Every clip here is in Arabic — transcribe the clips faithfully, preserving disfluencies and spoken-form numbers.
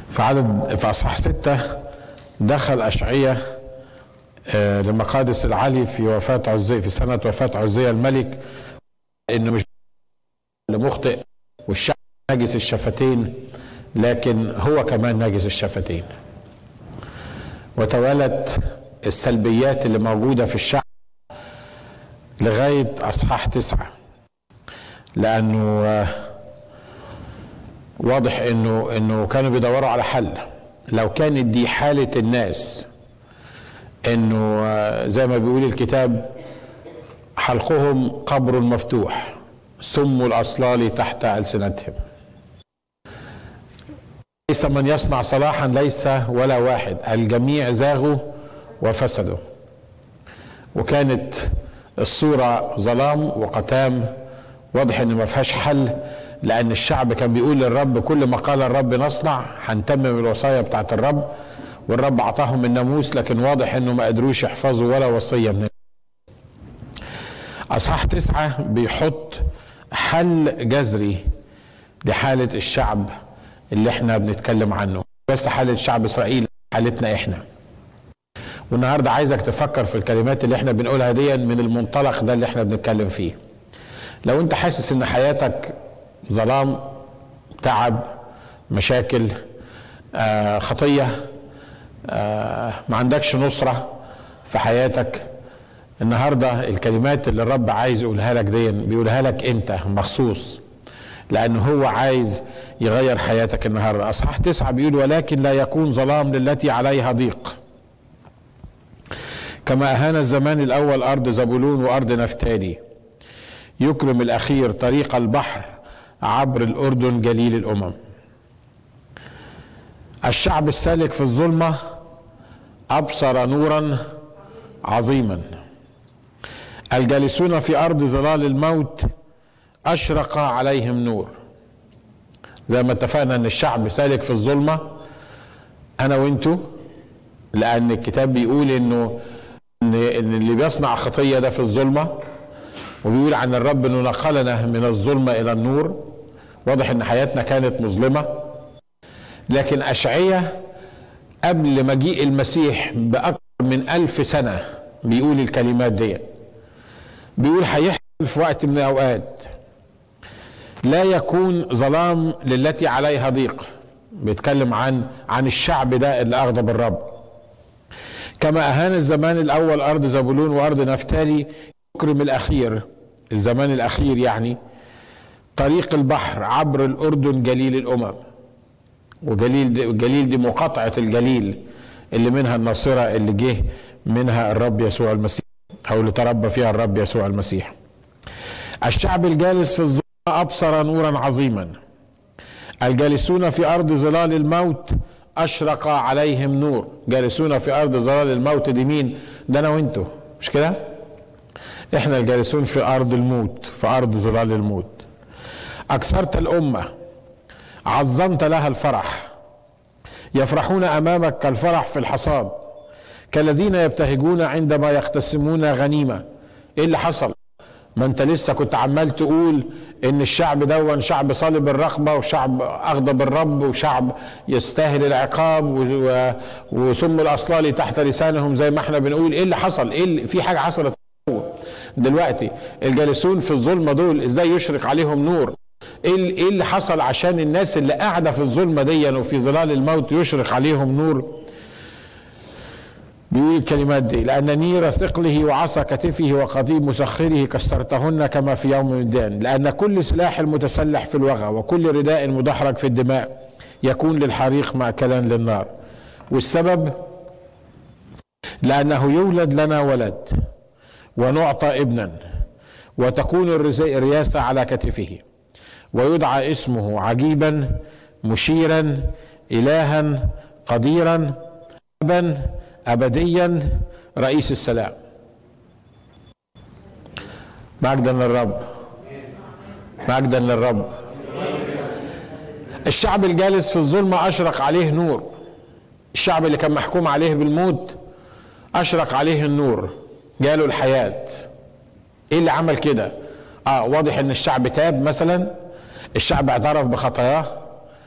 في عدد في اصحاح ستة دخل اشعياء آه لمقادس العلي في وفاة عزية، في سنة وفاة عزية الملك، انه مش مخطئ والشعب ناجس الشفتين، لكن هو كمان ناجس الشفتين. وتوالت السلبيات اللي موجودة في الشعب لغاية اصحاح تسعة، لانه آه واضح انه انه كانوا بيدوروا على حل. لو كانت دي حالة الناس، انه زي ما بيقول الكتاب حلقهم قبر مفتوح، سم الاصلال تحت ألسنتهم، ليس من يصنع صلاحا ليس ولا واحد، الجميع زاغوا وفسدوا. وكانت الصورة ظلام وقتام، واضح ان ما فيهاش حل، لأن الشعب كان بيقول للرب كل ما قال الرب نصنع، هنتمم الوصايا بتاعت الرب، والرب أعطاهم الناموس، لكن واضح إنه ما قدروش يحفظوا ولا وصية من. أصحاح تسعة بيحط حل جذري لحالة الشعب اللي احنا بنتكلم عنه، بس حالة شعب إسرائيل، حالتنا احنا. والنهاردة عايزك تفكر في الكلمات اللي احنا بنقولها دي من المنطلق ده اللي احنا بنتكلم فيه. لو انت حاسس ان حياتك ظلام، تعب، مشاكل، آه، خطية، آه، ما عندكش نصرة في حياتك، النهاردة الكلمات اللي الرب عايز يقولها لك دي بيقولها لك انت مخصوص، لأنه هو عايز يغير حياتك النهاردة. أصحاح تسعة بيقول ولكن لا يكون ظلام للتي عليها ضيق، كما أهان الزمان الأول أرض زبولون وأرض نفتالي، يكرم الأخير طريق البحر عبر الأردن جليل الأمم. الشعب السالك في الظلمة أبصر نورا عظيما، الجالسون في أرض ظلال الموت أشرق عليهم نور. زي ما اتفقنا أن الشعب سالك في الظلمة أنا وإنتو، لأن الكتاب بيقول إنه إن اللي بيصنع خطية ده في الظلمة، وبيقول عن الرب انه نقلنا من الظلمة الى النور. واضح ان حياتنا كانت مظلمة، لكن اشعياء قبل مجيء المسيح باكثر من الف سنة بيقول الكلمات دي، بيقول هيحصل في وقت من الاوقات لا يكون ظلام للتي عليها ضيق. بيتكلم عن عن الشعب ده اللي اغضب الرب. كما اهان الزمان الاول ارض زبولون وارض نفتالي، يكرم الأخير، الزمان الأخير يعني طريق البحر عبر الأردن جليل الأمم. وجليل دي, جليل دي مقاطعة الجليل اللي منها الناصرة اللي جه منها الرب يسوع المسيح، أو اللي تربى فيها الرب يسوع المسيح. الشعب الجالس في الظلمة أبصر نورا عظيما، الجالسون في أرض ظلال الموت أشرق عليهم نور. جالسون في أرض ظلال الموت دي مين؟ ده أنا وإنتو، مش كده؟ احنا الجالسون في ارض الموت، في ارض ظلال الموت. اكثرت الامه، عظمت لها الفرح، يفرحون امامك كالفرح في الحصاد، كالذين يبتهجون عندما يقتسمون غنيمه. ايه اللي حصل؟ ما انت لسه كنت عمال تقول ان الشعب دون شعب صلب الرقبه، وشعب اغضب الرب، وشعب يستاهل العقاب، وسم الاصلال تحت لسانهم زي ما احنا بنقول. ايه اللي حصل؟ ايه اللي في حاجه حصلت دلوقتي؟ الجالسون في الظلمة دول ازاي يشرق عليهم نور؟ ايه اللي حصل عشان الناس اللي قاعدة في الظلمة دي وفي ظلال الموت يشرق عليهم نور؟ بيقول الكلمات دي لأن نير ثقله وعصا كتفه وقضيب مسخره كسرتهن كما في يوم الدان، لأن كل سلاح المتسلح في الوغى وكل رداء مدحرج في الدماء يكون للحريق مأكلا للنار. والسبب لأنه يولد لنا ولد ونعطى ابنا، وتكون الرياسة على كتفه، ويدعى اسمه عجيبا، مشيرا، إلها، قديرا، أبا، أبديا، رئيس السلام. مجدا للرب، مجدا للرب. الشعب الجالس في الظلمة أشرق عليه نور. الشعب اللي كان محكوم عليه بالموت أشرق عليه النور، جاله الحياة. ايه اللي عمل كده؟ اه واضح ان الشعب تاب مثلا، الشعب اعترف بخطاياه،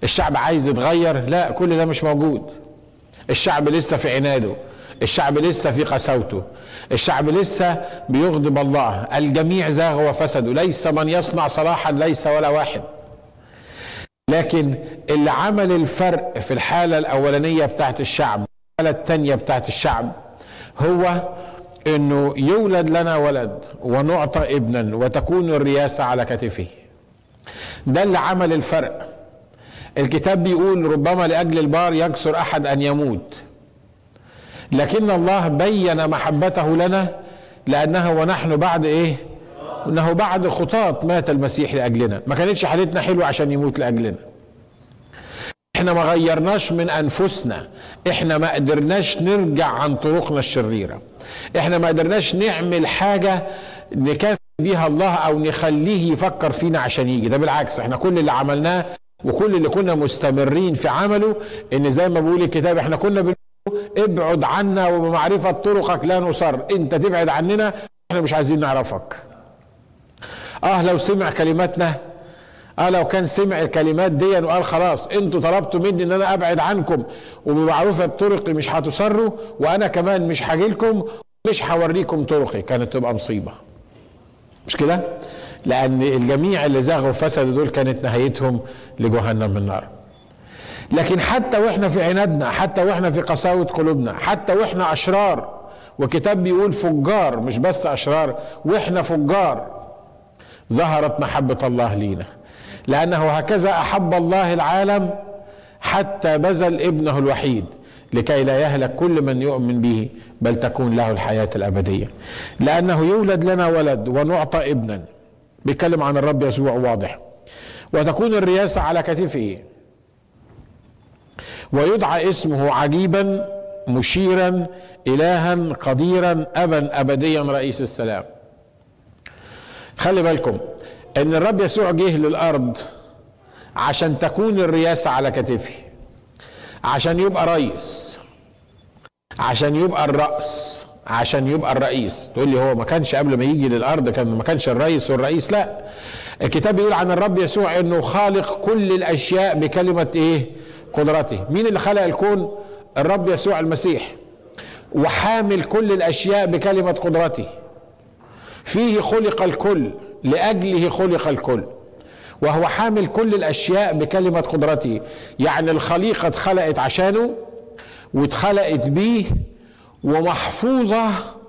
الشعب عايز يتغير، لا، كل ده مش موجود. الشعب لسه في عناده، الشعب لسه في قساوته، الشعب لسه بيغضب الله. الجميع زاغوا وفسدوا، ليس من يصنع صلاحا، ليس ولا واحد. لكن اللي عمل الفرق في الحالة الأولانية بتاعت الشعب والحالة الثانية بتاعت الشعب هو انه يولد لنا ولد ونعطى ابنا وتكون الرياسة على كتفه. ده اللي عمل الفرق. الكتاب بيقول ربما لأجل البار يكسر أحد أن يموت، لكن الله بين محبته لنا لأنه ونحن بعد إيه؟ أنه بعد خطاة مات المسيح لأجلنا. ما كانتش حالتنا حلوة عشان يموت لأجلنا. احنا ما غيرناش من أنفسنا، احنا ما قدرناش نرجع عن طرقنا الشريرة، احنا ما قدرناش نعمل حاجة نكافئ بيها الله أو نخليه يفكر فينا عشان يجي. ده بالعكس، احنا كل اللي عملناه وكل اللي كنا مستمرين في عمله ان زي ما بيقول الكتاب احنا كنا بنقول ابعد عنا وبمعرفة طرقك لا نصر. انت تبعد عننا، احنا مش عايزين نعرفك. اه لو سمع كلماتنا، اه لو كان سمع الكلمات دي وقال خلاص انتوا طلبتوا مني ان انا ابعد عنكم وبمعرفة طرقي مش هتصروا وانا كمان مش هاجيلكم مش هوريكم طرقي، كانت تبقى مصيبة. مش كده؟ لأن الجميع اللي زاغوا وفسدوا دول كانت نهايتهم لجهنم من النار. لكن حتى واحنا في عنادنا، حتى واحنا في قساوة قلوبنا، حتى واحنا أشرار، وكتاب بيقول فجار مش بس أشرار، واحنا فجار، ظهرت محبة الله لينا، لأنه هكذا أحب الله العالم حتى بذل ابنه الوحيد لكي لا يهلك كل من يؤمن به بل تكون له الحياة الأبدية. لأنه يولد لنا ولد ونعطى ابنا، بيتكلم عن الرب يسوع واضح، وتكون الرياسة على كتفه، ويدعى اسمه عجيبا مشيرا إلها قديرا أبا أبديا رئيس السلام. خلي بالكم ان الرب يسوع جه للأرض عشان تكون الرياسة على كتفه، عشان يبقى رئيس، عشان يبقى الرأس، عشان يبقى الرئيس. تقول لي هو ما كانش قبل ما يجي للأرض كان ما كانش الرئيس والرئيس؟ لا، الكتاب بيقول عن الرب يسوع انه خالق كل الاشياء بكلمة ايه؟ قدرته. مين اللي خلق الكون؟ الرب يسوع المسيح، وحامل كل الاشياء بكلمة قدرته. فيه خلق الكل، لأجله خلق الكل، وهو حامل كل الاشياء بكلمة قدرته. يعني الخليقة اتخلقت عشانه واتخلقت بيه ومحفوظة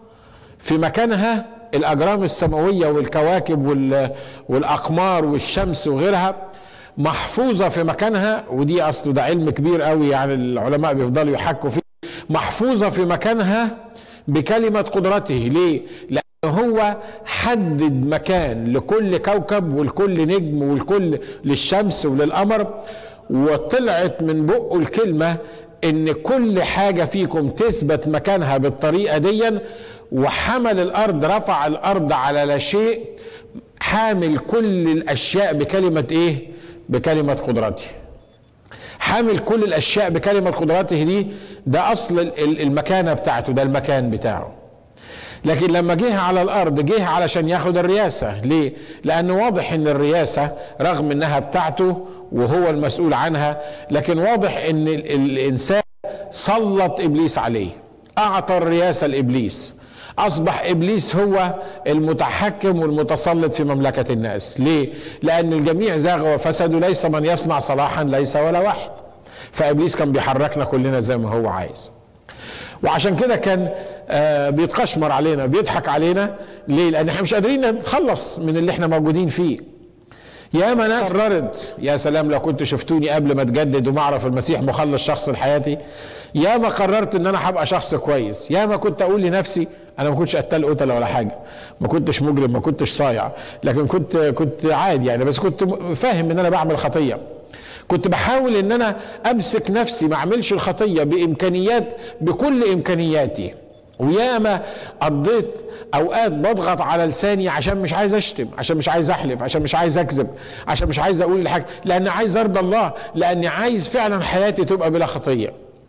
في مكانها، الأجرام السماوية والكواكب والأقمار والشمس وغيرها محفوظة في مكانها. ودي أصله ده علم كبير قوي، يعني العلماء بيفضلوا يحكوا فيه. محفوظة في مكانها بكلمة قدرته. ليه؟ لأنه هو حدد مكان لكل كوكب ولكل نجم ولكل للشمس وللقمر، وطلعت من بقه الكلمة ان كل حاجة فيكم تثبت مكانها بالطريقة دي. وحمل الارض، رفع الارض على لا شيء، حامل كل الاشياء بكلمة ايه؟ بكلمة قدرته. حامل كل الاشياء بكلمة قدرته دي، ده اصل المكانة بتاعته، ده المكان بتاعه. لكن لما جه على الارض جه علشان ياخد الرياسة. ليه؟ لانه واضح ان الرياسة رغم انها بتاعته وهو المسؤول عنها، لكن واضح ان الانسان سلط ابليس عليه، اعطى الرياسة لابليس، اصبح ابليس هو المتحكم والمتسلط في مملكة الناس. ليه؟ لان الجميع زاغ وفسدوا، ليس من يصنع صلاحا، ليس ولا واحد. فابليس كان بيحركنا كلنا زي ما هو عايز، وعشان كده كان آه بيتقشمر علينا، بيضحك علينا. ليه؟ لان احنا مش قادرين نتخلص من اللي احنا موجودين فيه. يا ما ناس قررت، يا سلام لو كنت شفتوني قبل ما اتجدد وما اعرف المسيح مخلص شخص لحياتي، يا ما قررت ان انا هبقى شخص كويس، يا ما كنت اقول لنفسي انا ما كنتش قتال قتله ولا حاجه، ما كنتش مجرم، ما كنتش صايع، لكن كنت كنت عادي يعني، بس كنت فاهم ان انا بعمل خطيه. كنت بحاول ان انا امسك نفسي ما اعملش الخطيه بامكانيات، بكل امكانياتي. وياما قضيت اوقات بضغط على لساني عشان مش عايز اشتم، عشان مش عايز احلف، عشان مش عايز اكذب، عشان مش عايز اقول الحاجه، لان عايز ارضى الله، لاني عايز فعلا حياتي تبقى بلا خطيه.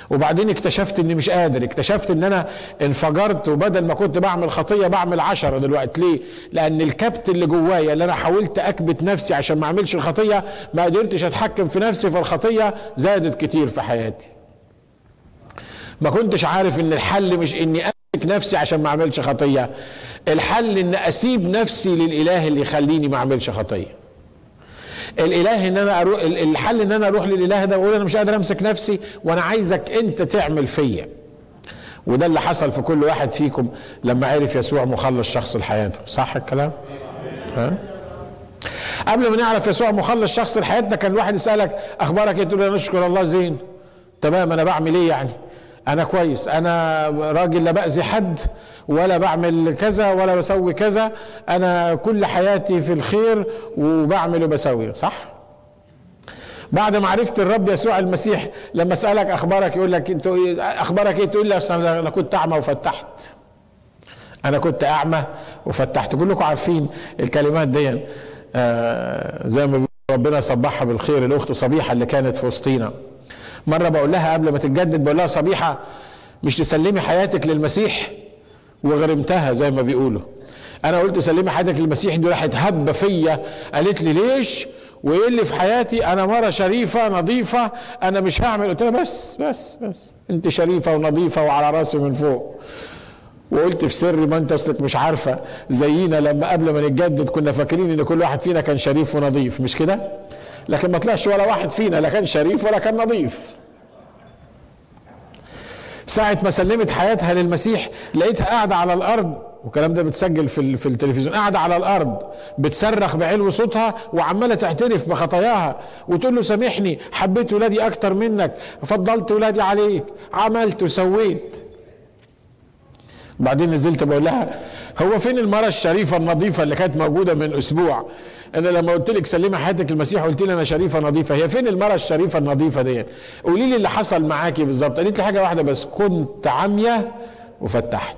وبعدين اكتشفت اني مش قادر، اكتشفت ان انا انفجرت، وبدل ما كنت بعمل خطية بعمل عشرة دلوقتي. ليه؟ لان الكبت اللي جوايا اللي انا حاولت اكبت نفسي عشان ما اعملش الخطية، ما قدرتش اتحكم في نفسي، فالخطية زادت كتير في حياتي. ما كنتش عارف ان الحل مش اني امسك نفسي عشان ما اعملش خطية، الحل ان اسيب نفسي للاله اللي يخليني ما اعملش خطية. الاله ان انا اروح، الحل ان انا اروح للاله ده واقول انا مش قادر امسك نفسي وانا عايزك انت تعمل فيا. وده اللي حصل في كل واحد فيكم لما عرف يسوع مخلص شخص لحياته. صح الكلام؟ ها؟ قبل ما نعرف يسوع مخلص شخص لحياتنا كان الواحد يسالك اخبارك ايه؟ تقول انا نشكر الله زين تمام. انا بعمل ايه يعني؟ انا كويس، انا راجل لا باذي حد ولا بعمل كذا ولا بسوي كذا، انا كل حياتي في الخير وبعمل وبسوي. صح؟ بعد ما عرفت الرب يسوع المسيح لما اسالك اخبارك يقول لك انت اخبارك ايه؟ تقول لي اصل انا كنت اعمى وفتحت. انا كنت اعمى وفتحت. كلكم عارفين الكلمات دي. آه زي ما بيقول ربنا صبحها بالخير الاخت صبيحه اللي كانت في وسطينا. مره بقول لها قبل ما تتجدد، بقول لها صبيحه مش تسلمي حياتك للمسيح؟ وغرمتها زي ما بيقولوا. انا قلت سلمي حياتك للمسيح، دي راحت هبه فيا، قالت لي ليش؟ وايه اللي في حياتي؟ انا مره شريفه نظيفه، انا مش هعمل. قلت لها بس بس بس انت شريفه ونظيفه وعلى راسي من فوق. وقلت في سري ما انت اصلك مش عارفه زينا لما قبل ما نتجدد كنا فاكرين ان كل واحد فينا كان شريف ونظيف، مش كده؟ لكن ما طلعش ولا واحد فينا لا كان شريف ولا كان نظيف. ساعة ما سلمت حياتها للمسيح لقيتها قاعدة على الأرض، والكلام ده بتسجل في في التلفزيون، قاعدة على الأرض بتصرخ بعلو صوتها وعمالة تعترف بخطاياها وتقول له سامحني، حبيت ولادي أكتر منك، فضلت ولادي عليك، عملت وسويت. وبعدين نزلت بقول لها هو فين المرأة الشريفة النظيفة اللي كانت موجودة من أسبوع؟ أنا لما قلت لك سلمي حياتك للمسيح قلت لي أنا شريفة نظيفة، هي فين المرأة الشريفة النظيفة دي؟ قولي لي اللي حصل معاكي بالظبط. قالت لي حاجة واحدة بس، كنت عمية وفتحت.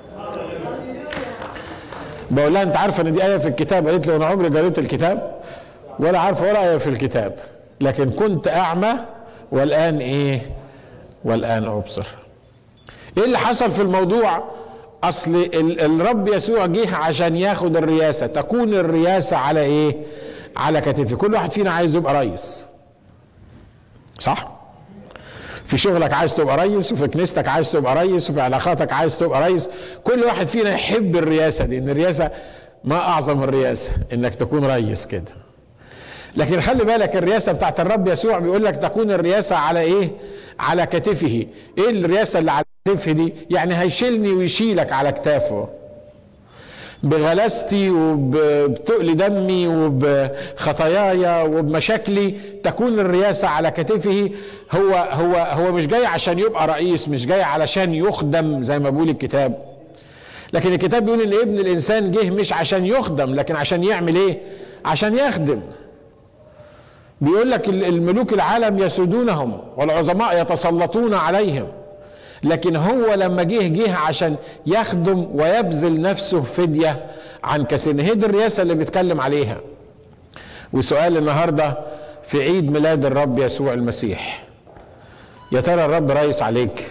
بقول لها أنت عارفة إن دي آية في الكتاب؟ قالت لي أنا عمري قريت الكتاب ولا عارفة ولا آية في الكتاب، لكن كنت أعمى والآن إيه؟ والآن أبصر. إيه اللي حصل في الموضوع؟ اصل الرب يسوع جه عشان ياخد الرياسه، تكون الرياسه على ايه؟ على كتفه. كل واحد فينا عايز يبقى ريس، صح؟ في شغلك عايز تبقى ريس، وفي كنيستك عايز تبقى ريس، وفي علاقاتك عايز تبقى ريس. كل واحد فينا يحب الرياسه دي، ان الرياسه ما اعظم الرياسه انك تكون ريس كده. لكن خلي بالك الرياسه بتاعت الرب يسوع بيقول لك تكون الرياسه على ايه؟ على كتفه. ايه الرياسه اللي على كتفه دي؟ يعني هيشيلني ويشيلك على كتافه بغلاستي وبتقل دمي وبخطاياي وبمشاكلي. تكون الرياسه على كتفه. هو هو هو مش جاي عشان يبقى رئيس، مش جاي علشان يخدم زي ما بيقول الكتاب، لكن الكتاب بيقول ان ابن الانسان جه مش عشان يخدم لكن عشان يعمل ايه؟ عشان يخدم. بيقول لك الملوك العالم يسودونهم والعظماء يتسلطون عليهم، لكن هو لما جه جه عشان يخدم ويبذل نفسه فدية عن كثير. هي دي الرياسة اللي بيتكلم عليها. وسؤال النهاردة في عيد ميلاد الرب يسوع المسيح، يا ترى الرب رئيس عليك؟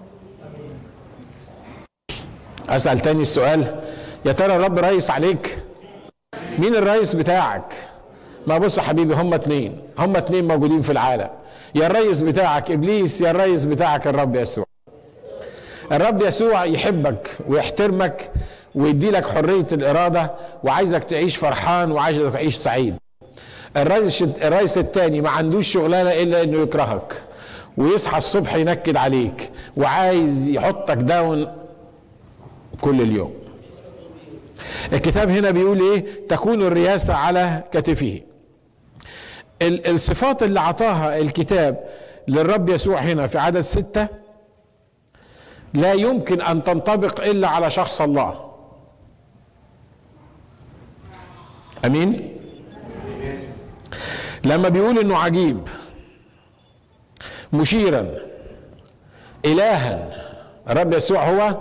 أسأل تاني السؤال، يا ترى الرب رئيس عليك؟ مين الرئيس بتاعك؟ ما بص يا حبيبي، هم اتنين، هم اتنين موجودين في العالم، يا الرئيس بتاعك إبليس يا الرئيس بتاعك الرب يسوع. الرب يسوع يحبك ويحترمك ويدي لك حرية الإرادة وعايزك تعيش فرحان وعايزك تعيش سعيد. الرئيس الرئيس التاني ما عندوش شغلانة إلا إنه يكرهك ويصحى الصبح ينكد عليك وعايز يحطك داون كل اليوم. الكتاب هنا بيقول إيه؟ تكون الرياسة على كتفه. الصفات اللي عطاها الكتاب للرب يسوع هنا في عدد ستة لا يمكن أن تنطبق إلا على شخص الله. أمين؟ لما بيقول إنه عجيب، مشيرا، إلها، الرب يسوع هو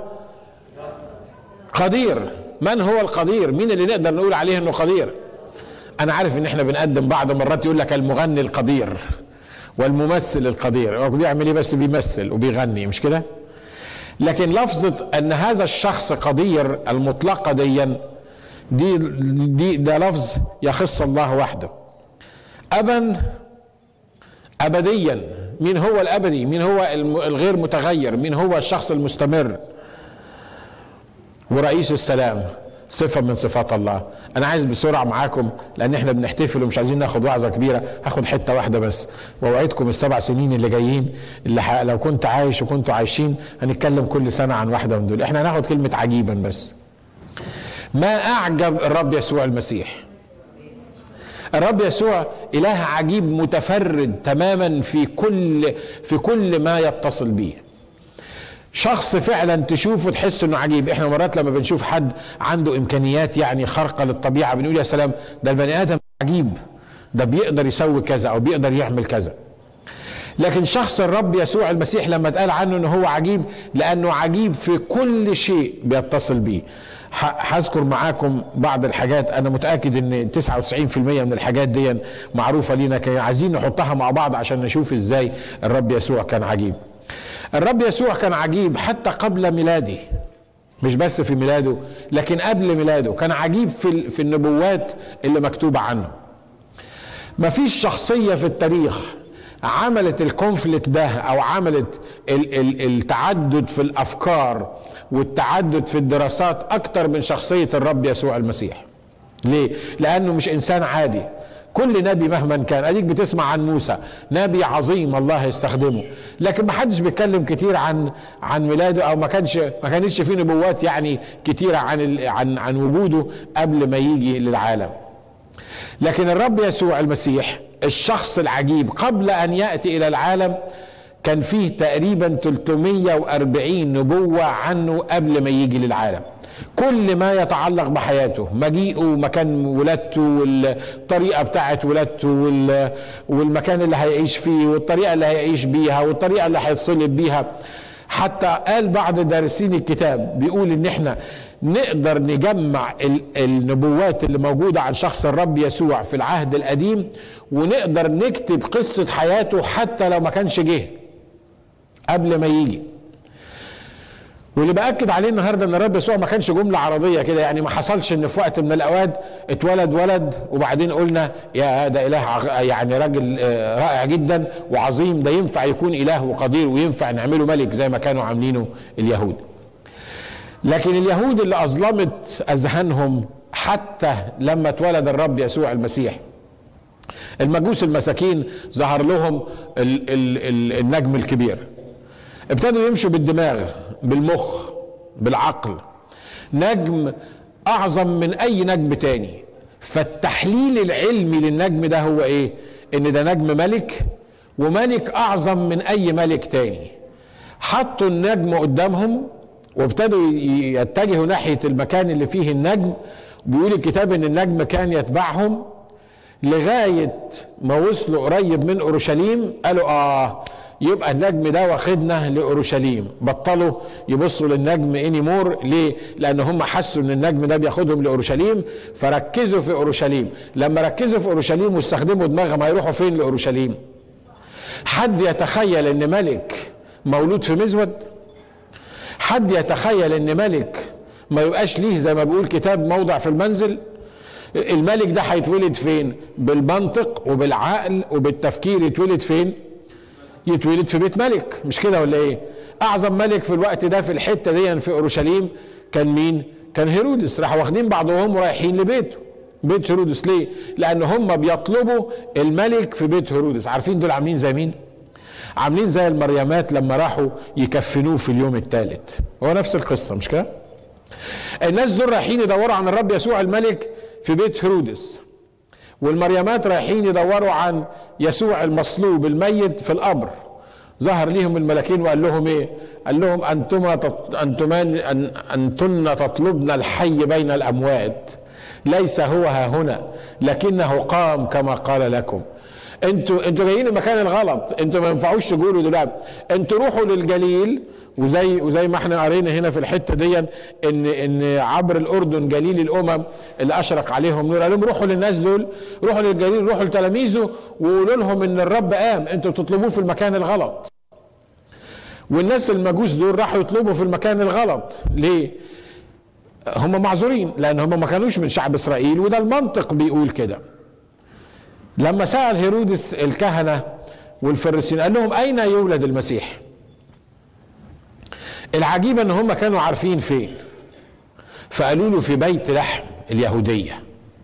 قدير. من هو القدير؟ مين اللي نقدر نقول عليه إنه قدير؟ أنا عارف إن إحنا بنقدم بعض مرات يقول لك المغني القدير والممثل القدير. هو بيعمل ايه بس؟ بيمثل وبيغني، مش كده؟ لكن لفظة ان هذا الشخص قدير المطلقة ديا دي, دي ده لفظ يخص الله وحده. ابا ابديا، مين هو الابدي؟ مين هو الغير متغير؟ مين هو الشخص المستمر؟ ورئيس السلام صفة من صفات الله. انا عايز بسرعة معاكم لان احنا بنحتفل ومش عايزين ناخد وعظة كبيرة، هاخد حتة واحدة بس واوعدكم السبع سنين اللي جايين اللي لو كنت عايش وكنتوا عايشين هنتكلم كل سنة عن واحدة من دول. احنا هناخد كلمة عجيبا بس. ما اعجب الرب يسوع المسيح. الرب يسوع اله عجيب متفرد تماما في كل في كل ما يتصل به. شخص فعلا تشوفه تحس انه عجيب. احنا مرات لما بنشوف حد عنده امكانيات يعني خارقة للطبيعة بنقول يا سلام ده البني ادم عجيب، ده بيقدر يسوي كذا او بيقدر يعمل كذا. لكن شخص الرب يسوع المسيح لما اتقال عنه انه هو عجيب لانه عجيب في كل شيء بيتصل به. هذكر معاكم بعض الحاجات، انا متاكد ان تسعة وتسعين في المية من الحاجات دي معروفه لينا، كان عايزين نحطها مع بعض عشان نشوف ازاي الرب يسوع كان عجيب. الرب يسوع كان عجيب حتى قبل ميلاده، مش بس في ميلاده لكن قبل ميلاده كان عجيب في في النبوات اللي مكتوبه عنه. مفيش شخصيه في التاريخ عملت الكونفليكت ده او عملت التعدد في الافكار والتعدد في الدراسات اكتر من شخصية الرب يسوع المسيح. ليه؟ لانه مش انسان عادي. كل نبي مهما كان، اديك بتسمع عن موسى نبي عظيم الله يستخدمه، لكن ما حدش بيتكلم كتير عن عن ميلاده، او ما كانش ما كانتش فيه نبوات يعني كتيرة عن عن عن وجوده قبل ما يجي للعالم. لكن الرب يسوع المسيح الشخص العجيب قبل ان يأتي الى العالم كان فيه تقريبا ثلاثمية وأربعين نبوة عنه قبل ما يجي للعالم. كل ما يتعلق بحياته، مجيئه ومكان ولادته والطريقة بتاعت ولادته والمكان اللي هيعيش فيه والطريقة اللي هيعيش بيها والطريقة اللي هيتصلب بيها. حتى قال بعض دارسين الكتاب بيقول ان احنا نقدر نجمع النبوات اللي موجودة عن شخص الرب يسوع في العهد القديم ونقدر نكتب قصة حياته حتى لو ما كانش جه قبل ما يجي. واللي بأكد عليه النهارده ان الرب يسوع ما كانش جملة عرضية كده، يعني ما حصلش ان في وقت من الاوقات اتولد ولد وبعدين قلنا يا ده اله يعني راجل رائع جدا وعظيم، ده ينفع يكون اله وقدير وينفع نعمله ملك زي ما كانوا عاملينه اليهود. لكن اليهود اللي اظلمت اذهانهم حتى لما اتولد الرب يسوع المسيح، المجوس المساكين ظهر لهم ال ال ال النجم الكبير، ابتدوا يمشوا بالدماغ بالمخ بالعقل، نجم اعظم من اي نجم تاني. فالتحليل العلمي للنجم ده هو ايه؟ ان ده نجم ملك وملك اعظم من اي ملك تاني. حطوا النجم قدامهم وابتدوا يتجهوا ناحية المكان اللي فيه النجم. بيقول الكتاب ان النجم كان يتبعهم لغاية ما وصلوا قريب من اورشليم. قالوا اه يبقى النجم ده واخدنا لاورشليم. بطلوا يبصوا للنجم اني مور. ليه؟ لان هم حسوا ان النجم ده بياخدهم لاورشليم فركزوا في اورشليم. لما ركزوا في اورشليم واستخدموا دماغهم هيروحوا فين لاورشليم؟ حد يتخيل ان ملك مولود في مزود؟ حد يتخيل ان ملك ما يبقاش ليه زي ما بيقول كتاب موضع في المنزل؟ الملك ده هيتولد فين؟ بالمنطق وبالعقل وبالتفكير. يتولد فين؟ يتولد في بيت ملك، مش كده ولا ايه؟ اعظم ملك في الوقت ده في الحته دي في اورشليم كان مين؟ كان هيرودس. راحوا واخدين بعضهم ورايحين لبيته، بيت هيرودس. ليه؟ لان هم بيطلبوا الملك في بيت هيرودس. عارفين دول عاملين زي مين؟ عاملين زي المريمات لما راحوا يكفنوه في اليوم الثالث. هو نفس القصه مش كده؟ الناس دول رايحين يدوروا عن الرب يسوع الملك في بيت هيرودس، والمريمات رايحين يدوروا عن يسوع المصلوب الميت في القبر. ظهر ليهم الملاكين وقال لهم ايه؟ قال لهم انتما تط... انتمان أن... انتن تطلبن الحي بين الاموات، ليس هو ها هنا لكنه قام كما قال لكم. انتوا انتوا جايين المكان الغلط، انتوا ما ينفعوش تقولوا دلوقتي. انتوا روحوا للجليل وزي وزي ما احنا قرينا هنا في الحته دي ان ان عبر الاردن جليل الامم اللي اشرق عليهم نور، قال لهم روحوا للناس دول، روحوا للجليل، روحوا لتلاميذه وقولوا لهم ان الرب قام، انتوا بتطلبوه في المكان الغلط. والناس المجوس دول راحوا يطلبوا في المكان الغلط. ليه؟ هم معذورين لان هم ما كانوش من شعب اسرائيل، وده المنطق بيقول كده. لما سأل هيرودس الكهنه والفريسيين قال لهم اين يولد المسيح؟ العجيب ان هم كانوا عارفين فين، فقالوا له في بيت لحم اليهوديه.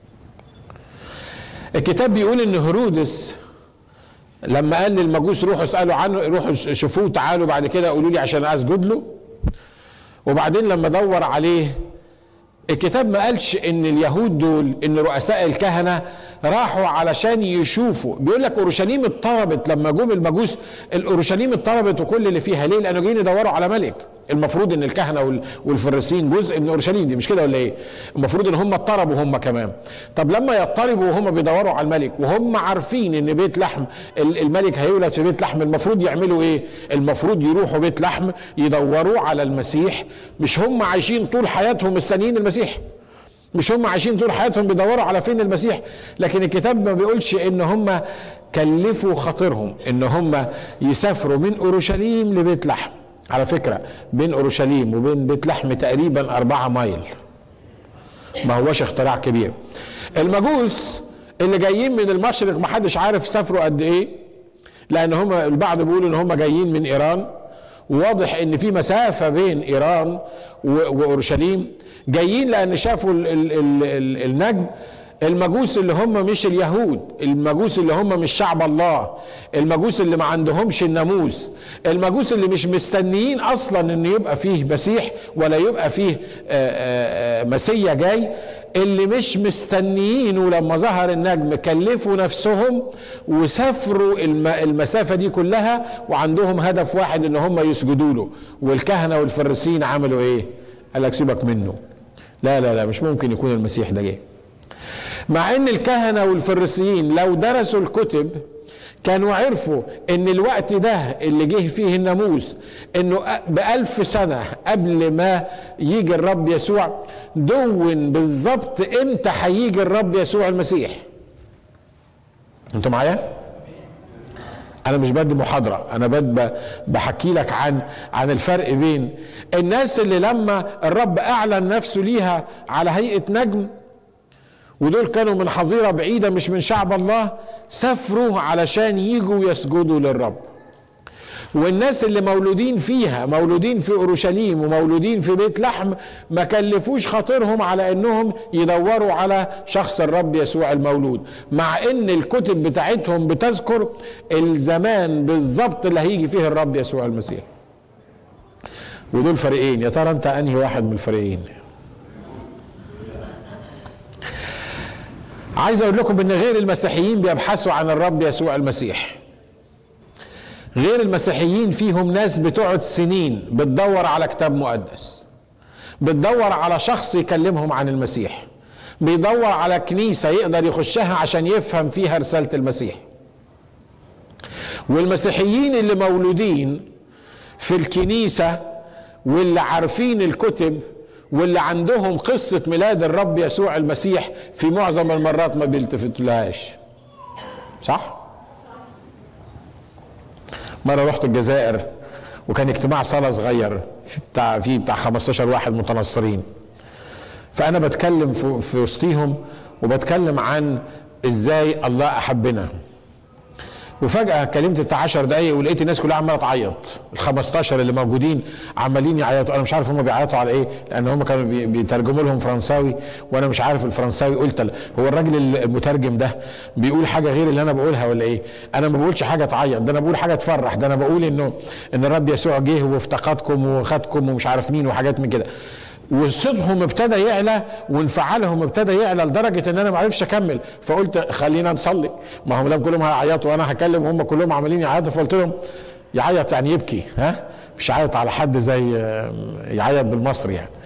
الكتاب بيقول ان هيرودس لما قال للمجوس روحوا اسالوا عنه، روحوا شوفوه تعالوا بعد كده قولوا لي عشان اسجد له، وبعدين لما دور عليه الكتاب ما قالش ان اليهود دول ان رؤساء الكهنه راحوا علشان يشوفوا. بيقول لك اورشليم اضطربت لما جم المجوس، الاورشليم اضطربت وكل اللي فيها. ليه؟ لانه جايين يدوروا على ملك. المفروض ان الكهنه والفريسيين جزء من اورشليم دي، مش كده ولا ايه؟ المفروض ان هم اضطربوا هم كمان. طب لما يضطربوا وهم بيدوروا على الملك وهم عارفين ان بيت لحم الملك هيولد في بيت لحم، المفروض يعملوا ايه؟ المفروض يروحوا بيت لحم يدوروا على المسيح. مش هم عايشين طول حياتهم مستنيين المسيح، مش هم عايشين طول حياتهم بيدوروا على فين المسيح. لكن الكتاب ما بيقولش ان هم كلفوا خاطرهم ان هم يسافروا من اورشليم لبيت لحم. على فكرة بين اورشليم وبين بيت لحم تقريبا اربعة مايل، ما هوش اختراع كبير. المجوس اللي جايين من المشرق ما حدش عارف سافروا قد ايه، لان هم البعض بيقولوا ان هم جايين من ايران، وواضح ان في مسافة بين ايران واورشليم. جايين لان شافوا ال ال ال ال النجم. المجوس اللي هم مش اليهود، المجوس اللي هم مش شعب الله، المجوس اللي ما عندهمش الناموس، المجوس اللي مش مستنيين اصلا ان يبقى فيه مسيح ولا يبقى فيه مسيا جاي، اللي مش مستنيين. ولما ظهر النجم كلفوا نفسهم وسافروا المسافة دي كلها وعندهم هدف واحد ان هم يسجدوا له. والكهنة والفريسيين عملوا ايه؟ قال لك سيبك منه، لا لا لا مش ممكن يكون المسيح ده جاي. مع ان الكهنة والفريسيين لو درسوا الكتب كانوا عرفوا ان الوقت ده اللي جه فيه الناموس انه بألف سنة قبل ما يجي الرب يسوع، دون بالظبط امتى هيجي الرب يسوع المسيح. انتوا معايا؟ انا مش بدي محاضرة، انا بدي بحكي لك عن عن الفرق بين الناس اللي لما الرب اعلن نفسه ليها على هيئة نجم، ودول كانوا من حظيرة بعيدة مش من شعب الله، سافروا علشان يجوا يسجدوا للرب. والناس اللي مولودين فيها، مولودين في اورشليم ومولودين في بيت لحم، ما كلفوش خاطرهم على انهم يدوروا على شخص الرب يسوع المولود، مع ان الكتب بتاعتهم بتذكر الزمان بالظبط اللي هيجي فيه الرب يسوع المسيح. ودول فريقين، يا ترى انت انهي واحد من الفريقين؟ عايز اقول لكم ان غير المسيحيين بيبحثوا عن الرب يسوع المسيح. غير المسيحيين فيهم ناس بتقعد سنين بتدور على كتاب مقدس، بتدور على شخص يكلمهم عن المسيح، بيدور على كنيسة يقدر يخشها عشان يفهم فيها رسالة المسيح. والمسيحيين اللي مولودين في الكنيسة واللي عارفين الكتب واللي عندهم قصة ميلاد الرب يسوع المسيح في معظم المرات ما بيلتفتولهاش. صح؟ مرة رحت الجزائر وكان اجتماع صلاة صغير في بتاع فيه بتاع خمستاشر واحد متنصرين، فأنا بتكلم في, في وسطيهم وبتكلم عن ازاي الله أحبنا، وفجأة اتكلمت بتاع عشر دقايق ولقيت الناس كلها عمالة تعيط. ال خمستاشر اللي موجودين عمالين يعيطوا، انا مش عارف هم بيعيطوا على ايه، لان هم كانوا بيترجموا لهم فرنساوي وانا مش عارف الفرنساوي. قلت هو الراجل المترجم ده بيقول حاجة غير اللي انا بقولها ولا ايه؟ انا ما بقولش حاجة تعيط، ده انا بقول حاجة تفرح، ده انا بقول انه ان الرب يسوع جه وافتقدكم وخدكم ومش عارف مين وحاجات من كده. وصوتهم ابتدى يعلى وانفعالهم ابتدى يعلى لدرجه ان انا ما عرفش اكمل، فقلت خلينا نصلي، ما هم كلهم هيعيطوا وانا هكلم وهم كلهم عمالين يعيطوا. فقلت لهم يعيط يعني يبكي، ها مش يعيط على حد زي يعيط بالمصري يعني.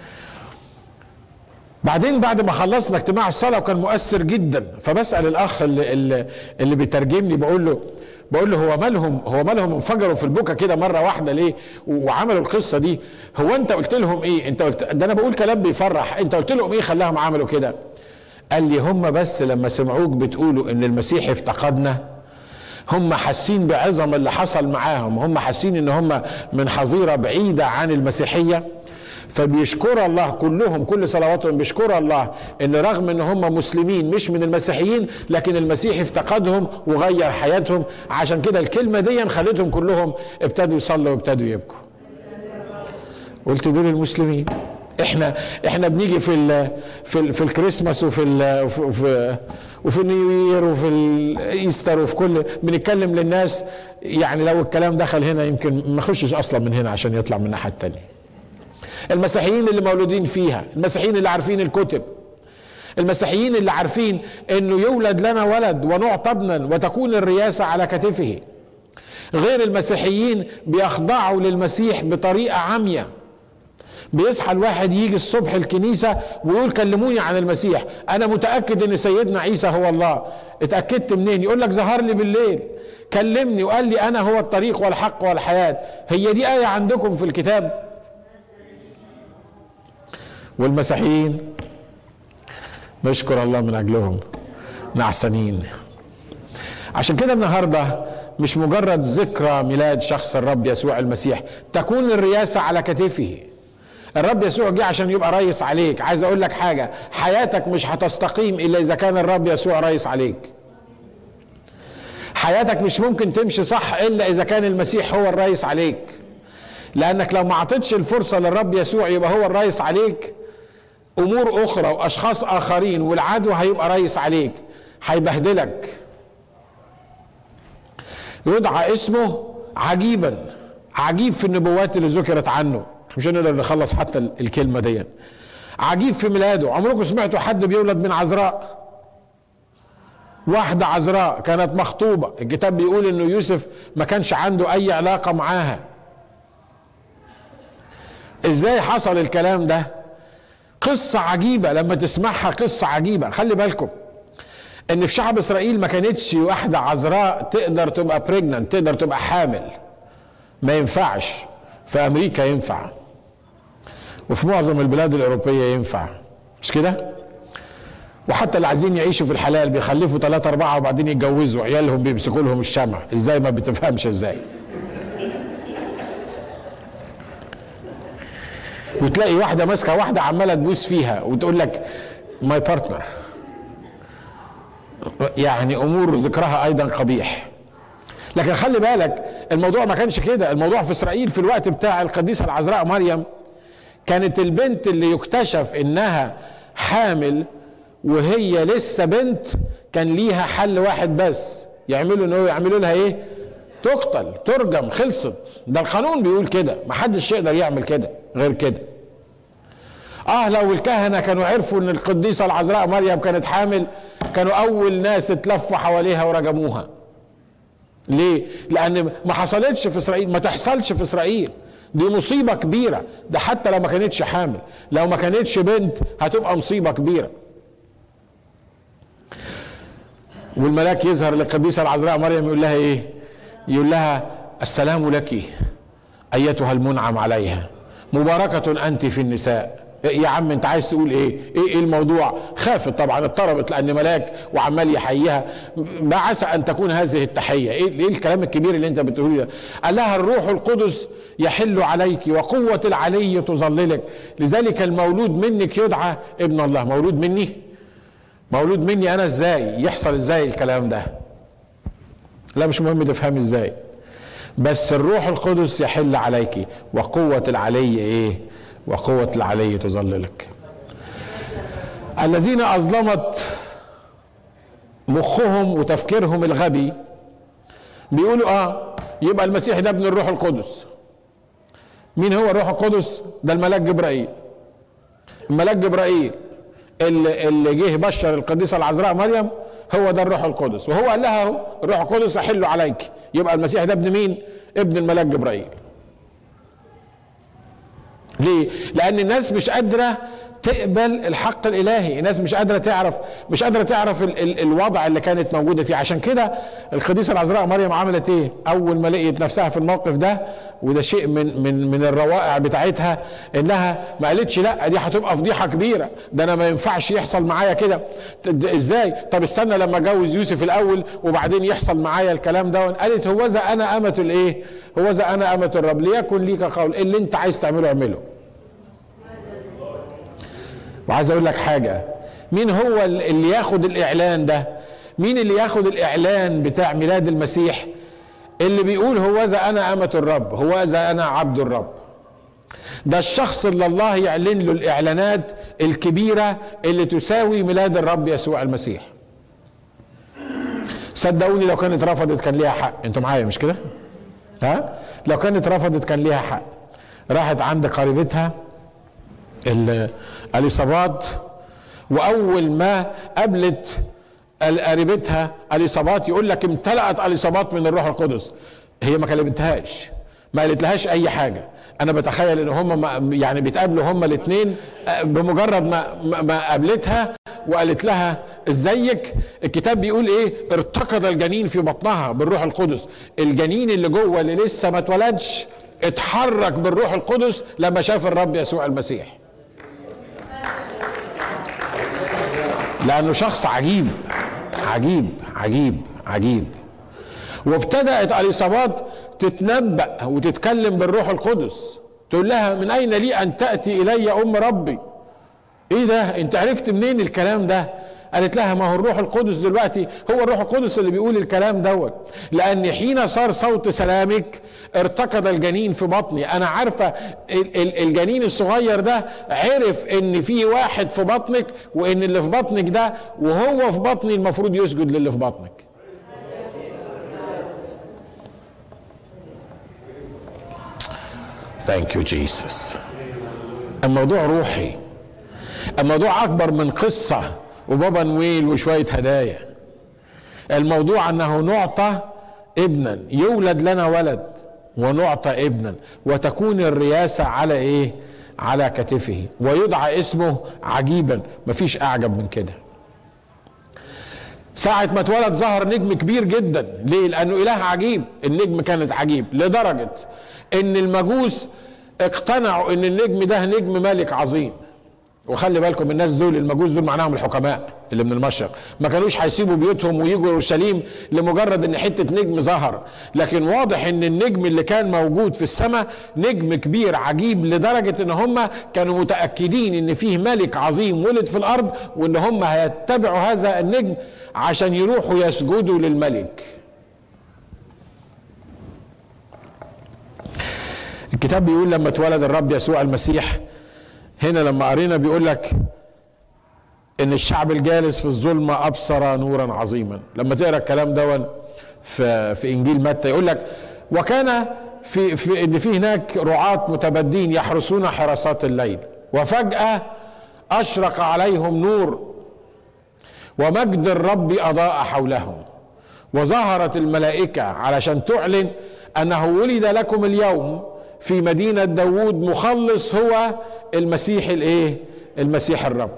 بعدين بعد ما خلصنا اجتماع الصلاه وكان مؤثر جدا، فبسال الاخ اللي, اللي, اللي بيترجم لي بقول له بقول له هو مالهم هو مالهم انفجروا في البكا كده مره واحده ليه وعملوا القصه دي؟ هو انت قلت لهم ايه؟ انت قلت ده انا بقول كلام بيفرح، انت قلت لهم ايه خلاهم عملوا كده؟ قال لي هم بس لما سمعوك بتقولوا ان المسيح افتقدنا هم حاسين بعظم اللي حصل معاهم، هم حاسين ان هم من حظيره بعيده عن المسيحيه، فبيشكر الله كلهم كل صلواتهم بيشكر الله ان رغم ان هم مسلمين مش من المسيحيين لكن المسيح افتقدهم وغير حياتهم. عشان كده الكلمه دي خلتهم كلهم ابتدوا يصلوا وابتدوا يبكوا. قلت دول المسلمين. احنا احنا بنيجي في ال في ال في الكريسماس وفي ال وفي وفي النيو يير وفي الايستر وفي كل بنتكلم للناس، يعني لو الكلام دخل هنا يمكن ما يخشش اصلا من هنا عشان يطلع من الناحيه الثانيه. المسيحيين اللي مولودين فيها، المسيحيين اللي عارفين الكتب، المسيحيين اللي عارفين انه يولد لنا ولد ونعطى ابنا وتكون الرياسه على كتفه. غير المسيحيين بيخضعوا للمسيح بطريقه عمياء. بيصحى الواحد يجي الصبح الكنيسه ويقول كلموني عن المسيح، انا متاكد ان سيدنا عيسى هو الله. اتاكدت منين؟ يقول لك ظهر لي بالليل كلمني وقال لي انا هو الطريق والحق والحياه. هي دي ايه عندكم في الكتاب؟ والمسيحيين نشكر الله من اجلهم نعسانين. عشان كده النهارده مش مجرد ذكرى ميلاد شخص الرب يسوع المسيح، تكون الرياسه على كتفه. الرب يسوع جه عشان يبقى رئيس عليك. عايز اقول لك حاجه، حياتك مش هتستقيم الا اذا كان الرب يسوع رئيس عليك. حياتك مش ممكن تمشي صح الا اذا كان المسيح هو الرئيس عليك. لانك لو ما عطيتش الفرصه للرب يسوع يبقى هو الرئيس عليك، امور اخرى واشخاص اخرين والعدو هيبقى رئيس عليك، هيبهدلك. يدعى اسمه عجيبا، عجيب في النبوات اللي ذكرت عنه، مش هنقدر نخلص حتى الكلمه دي. عجيب في ميلاده. عمركم سمعتوا حد بيولد من عذراء؟ واحده عذراء كانت مخطوبه، الكتاب بيقول انه يوسف ما كانش عنده اي علاقه معاها. ازاي حصل الكلام ده؟ قصه عجيبه لما تسمعها، قصه عجيبه. خلي بالكم ان في شعب اسرائيل ما كانتش واحده عذراء تقدر تبقى بريجننت، تقدر تبقى حامل، ما ينفعش. في امريكا ينفع وفي معظم البلاد الاوروبيه ينفع، مش كده؟ وحتى اللي عايزين يعيشوا في الحلال بيخلفوا ثلاثة أربعة وبعدين يتجوزوا عيالهم بيمسكوا لهم الشمع. ازاي؟ ما بتفهمش ازاي. وتلاقي واحده ماسكه واحده عماله تبوس فيها وتقول لك ماي بارتنر. يعني امور ذكرها ايضا قبيح. لكن خلي بالك الموضوع ما كانش كده. الموضوع في اسرائيل في الوقت بتاع القديسه العذراء مريم كانت البنت اللي يكتشف انها حامل وهي لسه بنت كان ليها حل واحد بس يعملوا انه يعملوا لها ايه؟ تقتل، ترجم، خلصت. ده القانون بيقول كده، ما حدش يقدر يعمل كده غير كده. اه لو الكهنه كانوا عرفوا ان القديسه العذراء مريم كانت حامل كانوا اول ناس اتلفوا حواليها ورجموها. ليه؟ لان ما حصلتش في اسرائيل، ما تحصلش في اسرائيل. دي مصيبه كبيره. ده حتى لو ما كانتش حامل، لو ما كانتش بنت هتبقى مصيبه كبيره. والملاك يظهر للقديسه العذراء مريم يقول لها ايه؟ يقول لها السلام لك ايتها المنعم عليها مباركه انت في النساء. إيه يا عم انت عايز تقول ايه؟ ايه ايه الموضوع؟ خافت طبعا، اضطربت لان ملاك وعمال يحييها. ما عسى ان تكون هذه التحيه؟ ايه, إيه الكلام الكبير اللي انت بتقوله ده؟ قال لها الروح القدس يحل عليك وقوه العلي تظللك، لذلك المولود منك يدعى ابن الله. مولود مني؟ مولود مني انا؟ ازاي يحصل؟ ازاي الكلام ده؟ لا مش مهم تفهم ازاي، بس الروح القدس يحل عليك وقوه العلي ايه؟ وقوة العلي تظللك. الذين أظلمت مخهم وتفكيرهم الغبي بيقولوا اه يبقى المسيح ده ابن الروح القدس. مين هو الروح القدس؟ ده الملاك جبرائيل. الملاك جبرائيل اللي, اللي جه بشر القديسة العذراء مريم هو ده الروح القدس، وهو قال لها اهو الروح القدس يحل عليك. يبقى المسيح ده ابن مين؟ ابن الملاك جبرائيل. ليه؟ لأن الناس مش قادرة تقبل الحق الالهي. الناس مش قادره تعرف مش قادره تعرف ال ال الوضع اللي كانت موجوده فيه. عشان كده القديسه العذراء مريم عملت ايه؟ اول ما لقيت نفسها في الموقف ده، وده شيء من من من الروائع بتاعتها، انها ما قالتش لا دي هتبقى فضيحه كبيره، ده انا ما ينفعش يحصل معايا كده، ازاي؟ طب استنى لما اتجوز يوسف الاول وبعدين يحصل معايا الكلام ده. قالت هوذا انا امه الايه؟ هوذا انا امه الرب، ليكن ليك قول، اللي انت عايز تعمله اعمله. وعايز اقول لك حاجه، مين هو اللي ياخد الاعلان ده؟ مين اللي ياخد الاعلان بتاع ميلاد المسيح؟ اللي بيقول هوذا انا امه الرب، هوذا انا عبد الرب. ده الشخص اللي الله يعلن له الاعلانات الكبيره اللي تساوي ميلاد الرب يسوع المسيح. صدقوني لو كانت رفضت كان ليها حق. انتوا معايا مش كده؟ ها؟ لو كانت رفضت كان ليها حق. راحت عند قريبتها اليصابات، واول ما قابلت قريبتها اليصابات يقول لك امتلأت اليصابات من الروح القدس. هي ما كلمتهاش، ما قالت لهاش اي حاجه. انا بتخيل ان هم يعني بيتقابلوا هم الاثنين، بمجرد ما ما قابلتها وقالت لها ازيك، الكتاب بيقول ايه؟ ارتقد الجنين في بطنها بالروح القدس. الجنين اللي جوه اللي لسه ما اتولدش اتحرك بالروح القدس لما شاف الرب يسوع المسيح، لانه شخص عجيب عجيب عجيب عجيب. وابتدأت اليصابات تتنبأ وتتكلم بالروح القدس، تقول لها من اين لي ان تأتي الي ام ربي؟ ايه ده؟ انت عرفت منين الكلام ده؟ قالت لها ما هو الروح القدس دلوقتي، هو الروح القدس اللي بيقول الكلام دوت، لان حين صار صوت سلامك ارتقد الجنين في بطني. انا عارفه الجنين الصغير ده عرف ان في واحد في بطنك، وان اللي في بطنك ده وهو في بطني المفروض يسجد للي في بطنك. Thank you Jesus. الموضوع روحي، الموضوع اكبر من قصه وبابا نويل وشويه هدايا. الموضوع انه نعطى ابنا، يولد لنا ولد ونعطى ابنا، وتكون الرياسه على ايه؟ على كتفه، ويدعى اسمه عجيبا. مفيش اعجب من كده. ساعة ما اتولد ظهر نجم كبير جدا. ليه؟ لانه اله عجيب. النجم كانت عجيب لدرجة ان المجوس اقتنعوا ان النجم ده نجم ملك عظيم. وخلي بالكم الناس دول، المجوس دول معناهم الحكماء اللي من المشرق، ما كانوش هيسيبوا بيوتهم ويجوا اورشليم لمجرد ان حته نجم ظهر. لكن واضح ان النجم اللي كان موجود في السماء نجم كبير عجيب، لدرجه ان هم كانوا متاكدين ان فيه ملك عظيم ولد في الارض، وان هم هيتبعوا هذا النجم عشان يروحوا يسجدوا للملك. الكتاب بيقول لما اتولد الرب يسوع المسيح، هنا لما قرينا بيقول لك ان الشعب الجالس في الظلمه ابصر نورا عظيما. لما تقرا الكلام ده في في انجيل متى يقول لك وكان في في ان في هناك رعاة متبدين يحرسون حراسات الليل، وفجأة اشرق عليهم نور ومجد الرب اضاء حولهم، وظهرت الملائكه علشان تعلن انه ولد لكم اليوم في مدينة داوود مخلص، هو المسيح الايه؟ المسيح الرب.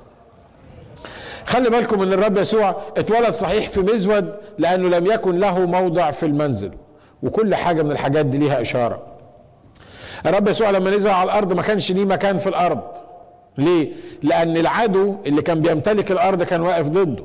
خلي بالكم ان الرب يسوع اتولد صحيح في مزود لانه لم يكن له موضع في المنزل، وكل حاجة من الحاجات دي ليها اشارة. الرب يسوع لما نزل على الارض ما كانش ليه مكان في الارض. ليه؟ لان العدو اللي كان بيمتلك الارض كان واقف ضده.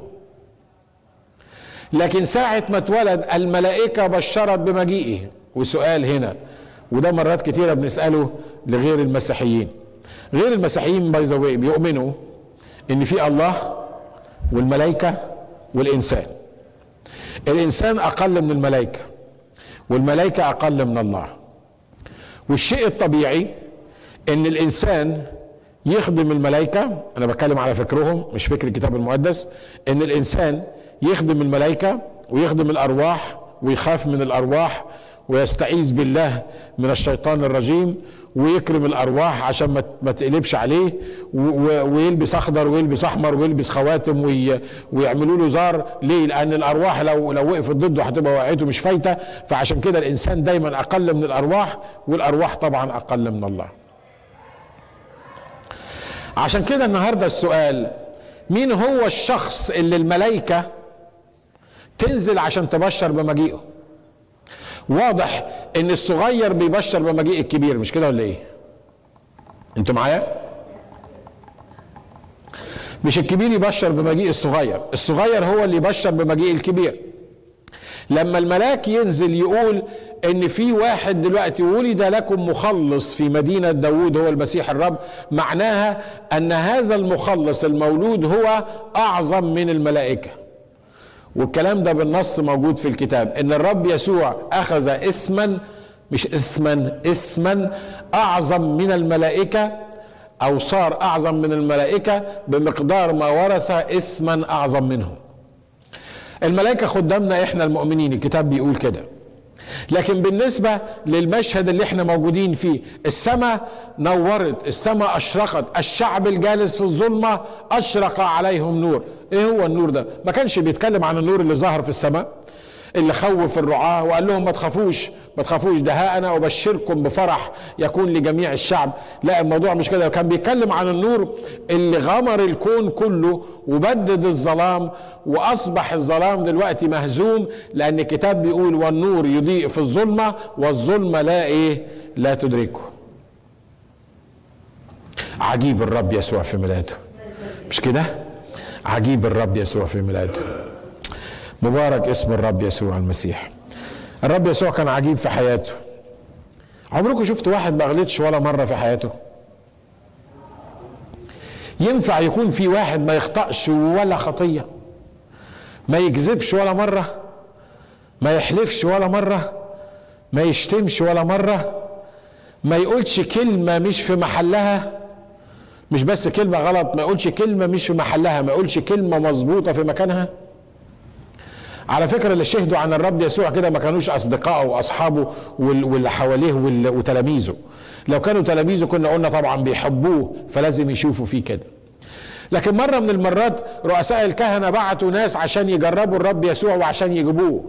لكن ساعة ما اتولد الملائكة بشرت بمجيئه. وسؤال هنا، وده مرات كتيرة بنسأله لغير المسيحيين. غير المسيحيين باي ذا واي بيؤمنوا ان في الله والملائكة والإنسان. الإنسان أقل من الملائكة، والملائكة أقل من الله. والشيء الطبيعي ان الإنسان يخدم الملائكة. أنا بتكلم على فكرهم مش فكر الكتاب المقدس. ان الإنسان يخدم الملائكة ويخدم الأرواح ويخاف من الأرواح ويستعيذ بالله من الشيطان الرجيم ويكرم الارواح عشان ما تقلبش عليه، ويلبس اخضر ويلبس احمر ويلبس خواتم ويعملوا له زار. ليه؟ لان الارواح لو لو وقفت ضده هتبقى وقعته مش فايته. فعشان كده الانسان دايما اقل من الارواح، والارواح طبعا اقل من الله. عشان كده النهارده السؤال: مين هو الشخص اللي الملائكة تنزل عشان تبشر بمجيئه؟ واضح ان الصغير بيبشر بمجيء الكبير، مش كده ولا ايه؟ انتوا معايا؟ مش الكبير يبشر بمجيء الصغير، الصغير هو اللي يبشر بمجيء الكبير. لما الملاك ينزل يقول ان في واحد دلوقتي ولد لكم مخلص في مدينة داود هو المسيح الرب، معناها ان هذا المخلص المولود هو اعظم من الملائكة. والكلام ده بالنص موجود في الكتاب، ان الرب يسوع اخذ اسما، مش اثما، اسما اعظم من الملائكة، او صار اعظم من الملائكة بمقدار ما ورث اسما اعظم منهم. الملائكة خدامنا احنا المؤمنين، الكتاب بيقول كده. لكن بالنسبة للمشهد اللي احنا موجودين فيه، السماء نورت، السماء اشرقت، الشعب الجالس في الظلمة اشرق عليهم نور. ايه هو النور ده؟ ما كانش بيتكلم عن النور اللي ظهر في السماء اللي خوف الرعاة وقال لهم ما تخافوش ما تخافوش، ده ها انا ابشركم بفرح يكون لجميع الشعب. لا، الموضوع مش كده. كان بيتكلم عن النور اللي غمر الكون كله وبدد الظلام، واصبح الظلام دلوقتي مهزوم، لان الكتاب بيقول والنور يضيء في الظلمة والظلمة لا ايه لا تدركه. عجيب الرب يسوع في ميلاده، مش كده؟ عجيب الرب يسوع في ميلاده. مبارك اسم الرب يسوع المسيح. الرب يسوع كان عجيب في حياته. عمركم شفت واحد ما غلطش ولا مرة في حياته؟ ينفع يكون في واحد ما يخطأش ولا خطية؟ ما يكذبش ولا مرة؟ ما يحلفش ولا مرة؟ ما يشتمش ولا مرة؟ ما يقولش كلمة مش في محلها؟ مش بس كلمة غلط، ما يقولش كلمة مش في محلها، ما يقولش كلمة مظبوطة في مكانها. على فكرة اللي شهدوا عن الرب يسوع كده ما كانوش أصدقائه وأصحابه واللي حواليه وتلاميذه. لو كانوا تلاميذه كنا قلنا طبعا بيحبوه فلازم يشوفوا فيه كده. لكن مرة من المرات رؤساء الكهنة بعتوا ناس عشان يجربوا الرب يسوع وعشان يجيبوه.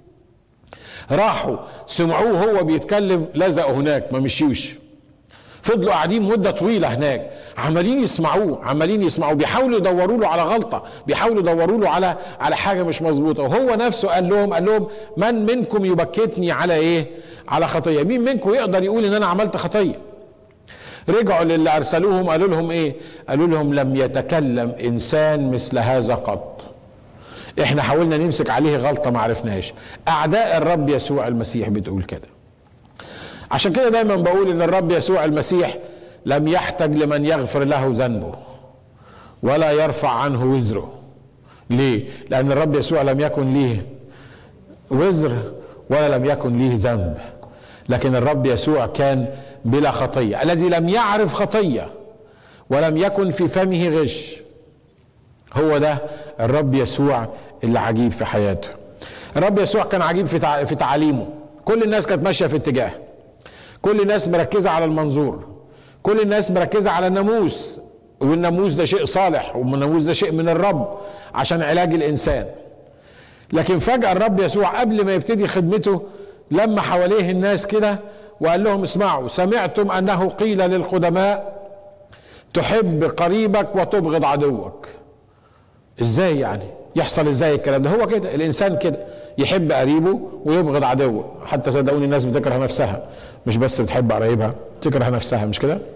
راحوا سمعوه هو بيتكلم، لزقوا هناك ما مشيوش، فضلوا قاعدين مدة طويلة هناك عمالين يسمعوه عمالين يسمعوه بيحاولوا يدوروا له على غلطة، بيحاولوا يدوروا له على على حاجة مش مظبوطة. وهو نفسه قال لهم قال لهم من منكم يبكتني على ايه؟ على خطية. مين منكم يقدر يقول ان انا عملت خطية؟ رجعوا للي ارسلوهم قالوا لهم ايه؟ قالوا لهم لم يتكلم انسان مثل هذا قط. احنا حاولنا نمسك عليه غلطة ما عرفناش. اعداء الرب يسوع المسيح بتقول كده. عشان كده دايما بقول ان الرب يسوع المسيح لم يحتاج لمن يغفر له ذنبه ولا يرفع عنه وزره. ليه؟ لان الرب يسوع لم يكن ليه وزر ولا لم يكن ليه ذنب، لكن الرب يسوع كان بلا خطية، الذي لم يعرف خطية ولم يكن في فمه غش. هو ده الرب يسوع اللي عجيب في حياته. الرب يسوع كان عجيب في في تعاليمه. كل الناس كانت ماشية في اتجاه، كل الناس مركزة على المنظور، كل الناس مركزة على الناموس، والناموس ده شيء صالح والناموس ده شيء من الرب عشان علاج الإنسان. لكن فجأة الرب يسوع قبل ما يبتدي خدمته لما حواليه الناس كده وقال لهم اسمعوا، سمعتم أنه قيل للقدماء تحب قريبك وتبغض عدوك. ازاي يعني؟ يحصل ازاي الكلام ده؟ هو كده الإنسان كده، يحب قريبه ويبغض عدوه. حتى صدقوني الناس بتكره نفسها، مش بس بتحب قرايبها، تكره نفسها، مش كده؟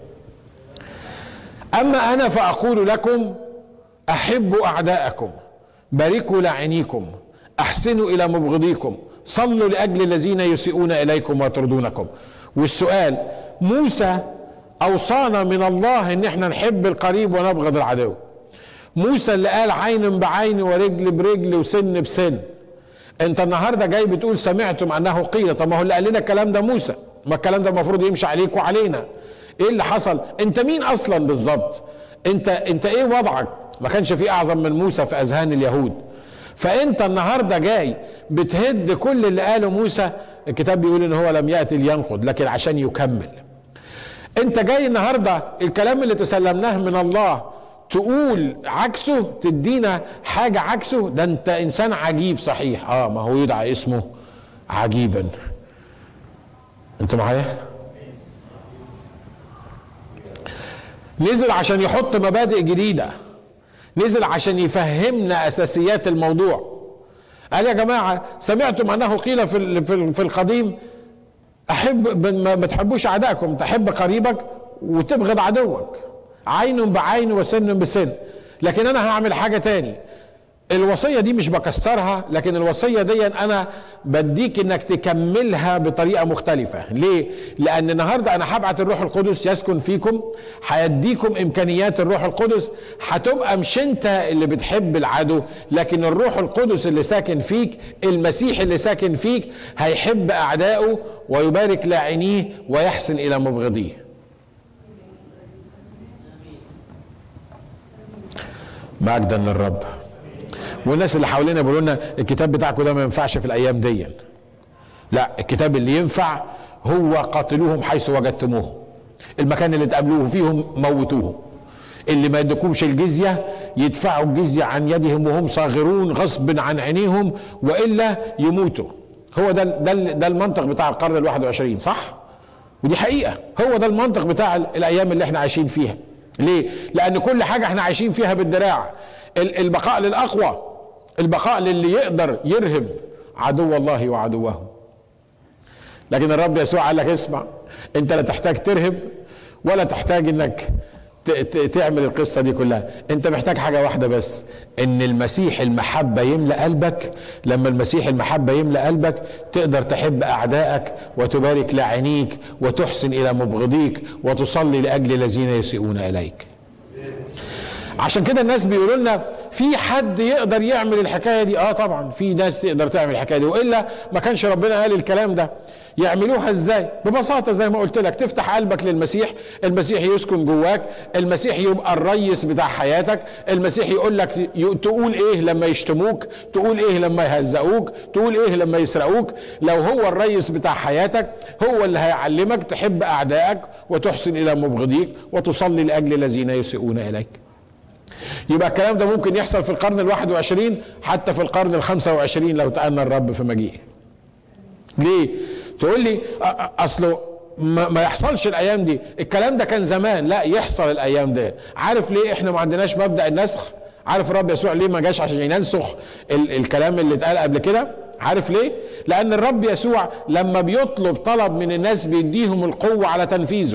أما أنا فأقول لكم أحبوا أعداءكم، باركوا لاعنيكم، أحسنوا إلى مبغضيكم، صلوا لأجل الذين يسيئون إليكم ويطردونكم. والسؤال، موسى أوصانا من الله إن احنا نحب القريب ونبغض العدو. موسى اللي قال عين بعين ورجل برجل وسن بسن. انت النهارده جاي بتقول سمعتم انه قيل. طب ما هو اللي قال لنا الكلام ده موسى، ما الكلام ده المفروض يمشي عليك وعلينا. ايه اللي حصل؟ انت مين اصلا بالظبط؟ انت انت ايه وضعك؟ ما كانش في اعظم من موسى في اذهان اليهود. فانت النهارده جاي بتهد كل اللي قاله موسى. الكتاب بيقول ان هو لم ياتي لينقض لكن عشان يكمل. انت جاي النهارده الكلام اللي تسلمناه من الله تقول عكسه، تدينا حاجة عكسه. ده انت انسان عجيب صحيح. اه ما هو يدعى اسمه عجيبا. انتوا معايا؟ نزل عشان يحط مبادئ جديدة، نزل عشان يفهمنا اساسيات الموضوع. قال يا جماعة سمعتم انه قيل في في القديم احب ما تحبوش اعدائكم، تحب قريبك وتبغض عدوك، عين بعين وسن بسن. لكن انا هعمل حاجة تاني، الوصية دي مش بكسرها، لكن الوصية دي انا بديك انك تكملها بطريقة مختلفة. ليه؟ لان النهاردة انا هبعت الروح القدس يسكن فيكم، هيديكم امكانيات الروح القدس، هتبقى مش انت اللي بتحب العدو، لكن الروح القدس اللي ساكن فيك، المسيح اللي ساكن فيك هيحب اعدائه ويبارك لاعنيه ويحسن الى مبغضيه. مجدا للرب. والناس اللي حوالينا بيقولوا لنا الكتاب بتاعكم ده ما ينفعش في الايام دي. لا، الكتاب اللي ينفع هو قاتلوهم حيث وجدتموهم، المكان اللي تقابلوه فيهم موتوهم، اللي ما يدكمش الجزيه يدفعوا الجزيه عن يدهم وهم صاغرون غصب عن عينيهم والا يموتوا. هو ده ده ده المنطق بتاع القرن الواحد وعشرين، صح؟ ودي حقيقه، هو ده المنطق بتاع الايام اللي احنا عايشين فيها. ليه؟ لان كل حاجه احنا عايشين فيها بالدراع. البقاء للاقوى، البقاء للي يقدر يرهب عدو الله وعدوه. لكن الرب يسوع قال لك اسمع، انت لا تحتاج ترهب ولا تحتاج انك تعمل القصة دي كلها. انت محتاج حاجة واحدة بس، ان المسيح المحبة يملأ قلبك. لما المسيح المحبة يملأ قلبك تقدر تحب اعدائك وتبارك لعينيك وتحسن الى مبغضيك وتصلي لاجل الذين يسيئون اليك. عشان كده الناس بيقولوا لنا في حد يقدر يعمل الحكايه دي. اه طبعا في ناس تقدر تعمل الحكايه دي، والا ما كانش ربنا قال الكلام ده. يعملوها ازاي؟ ببساطه زي ما قلت لك، تفتح قلبك للمسيح، المسيح يسكن جواك، المسيح يبقى الريس بتاع حياتك، المسيح يقول لك تقول ايه لما يشتموك، تقول ايه لما يهزقوك، تقول ايه لما يسرقوك. لو هو الريس بتاع حياتك هو اللي هيعلمك تحب اعدائك وتحسن الى مبغضيك وتصلي لاجل الذين يسيئون اليك. يبقى الكلام ده ممكن يحصل في القرن الواحد وعشرين، حتى في القرن الخمسة وعشرين لو تأنى الرب في مجيئه. ليه؟ تقول لي اصله ما يحصلش الايام دي، الكلام ده كان زمان. لا، يحصل الايام دي. عارف ليه احنا ما عندناش مبدأ النسخ؟ عارف الرب يسوع ليه ما جاش عشان ينسخ ال الكلام اللي اتقال قبل كده؟ عارف ليه؟ لان الرب يسوع لما بيطلب طلب من الناس بيديهم القوة على تنفيذه.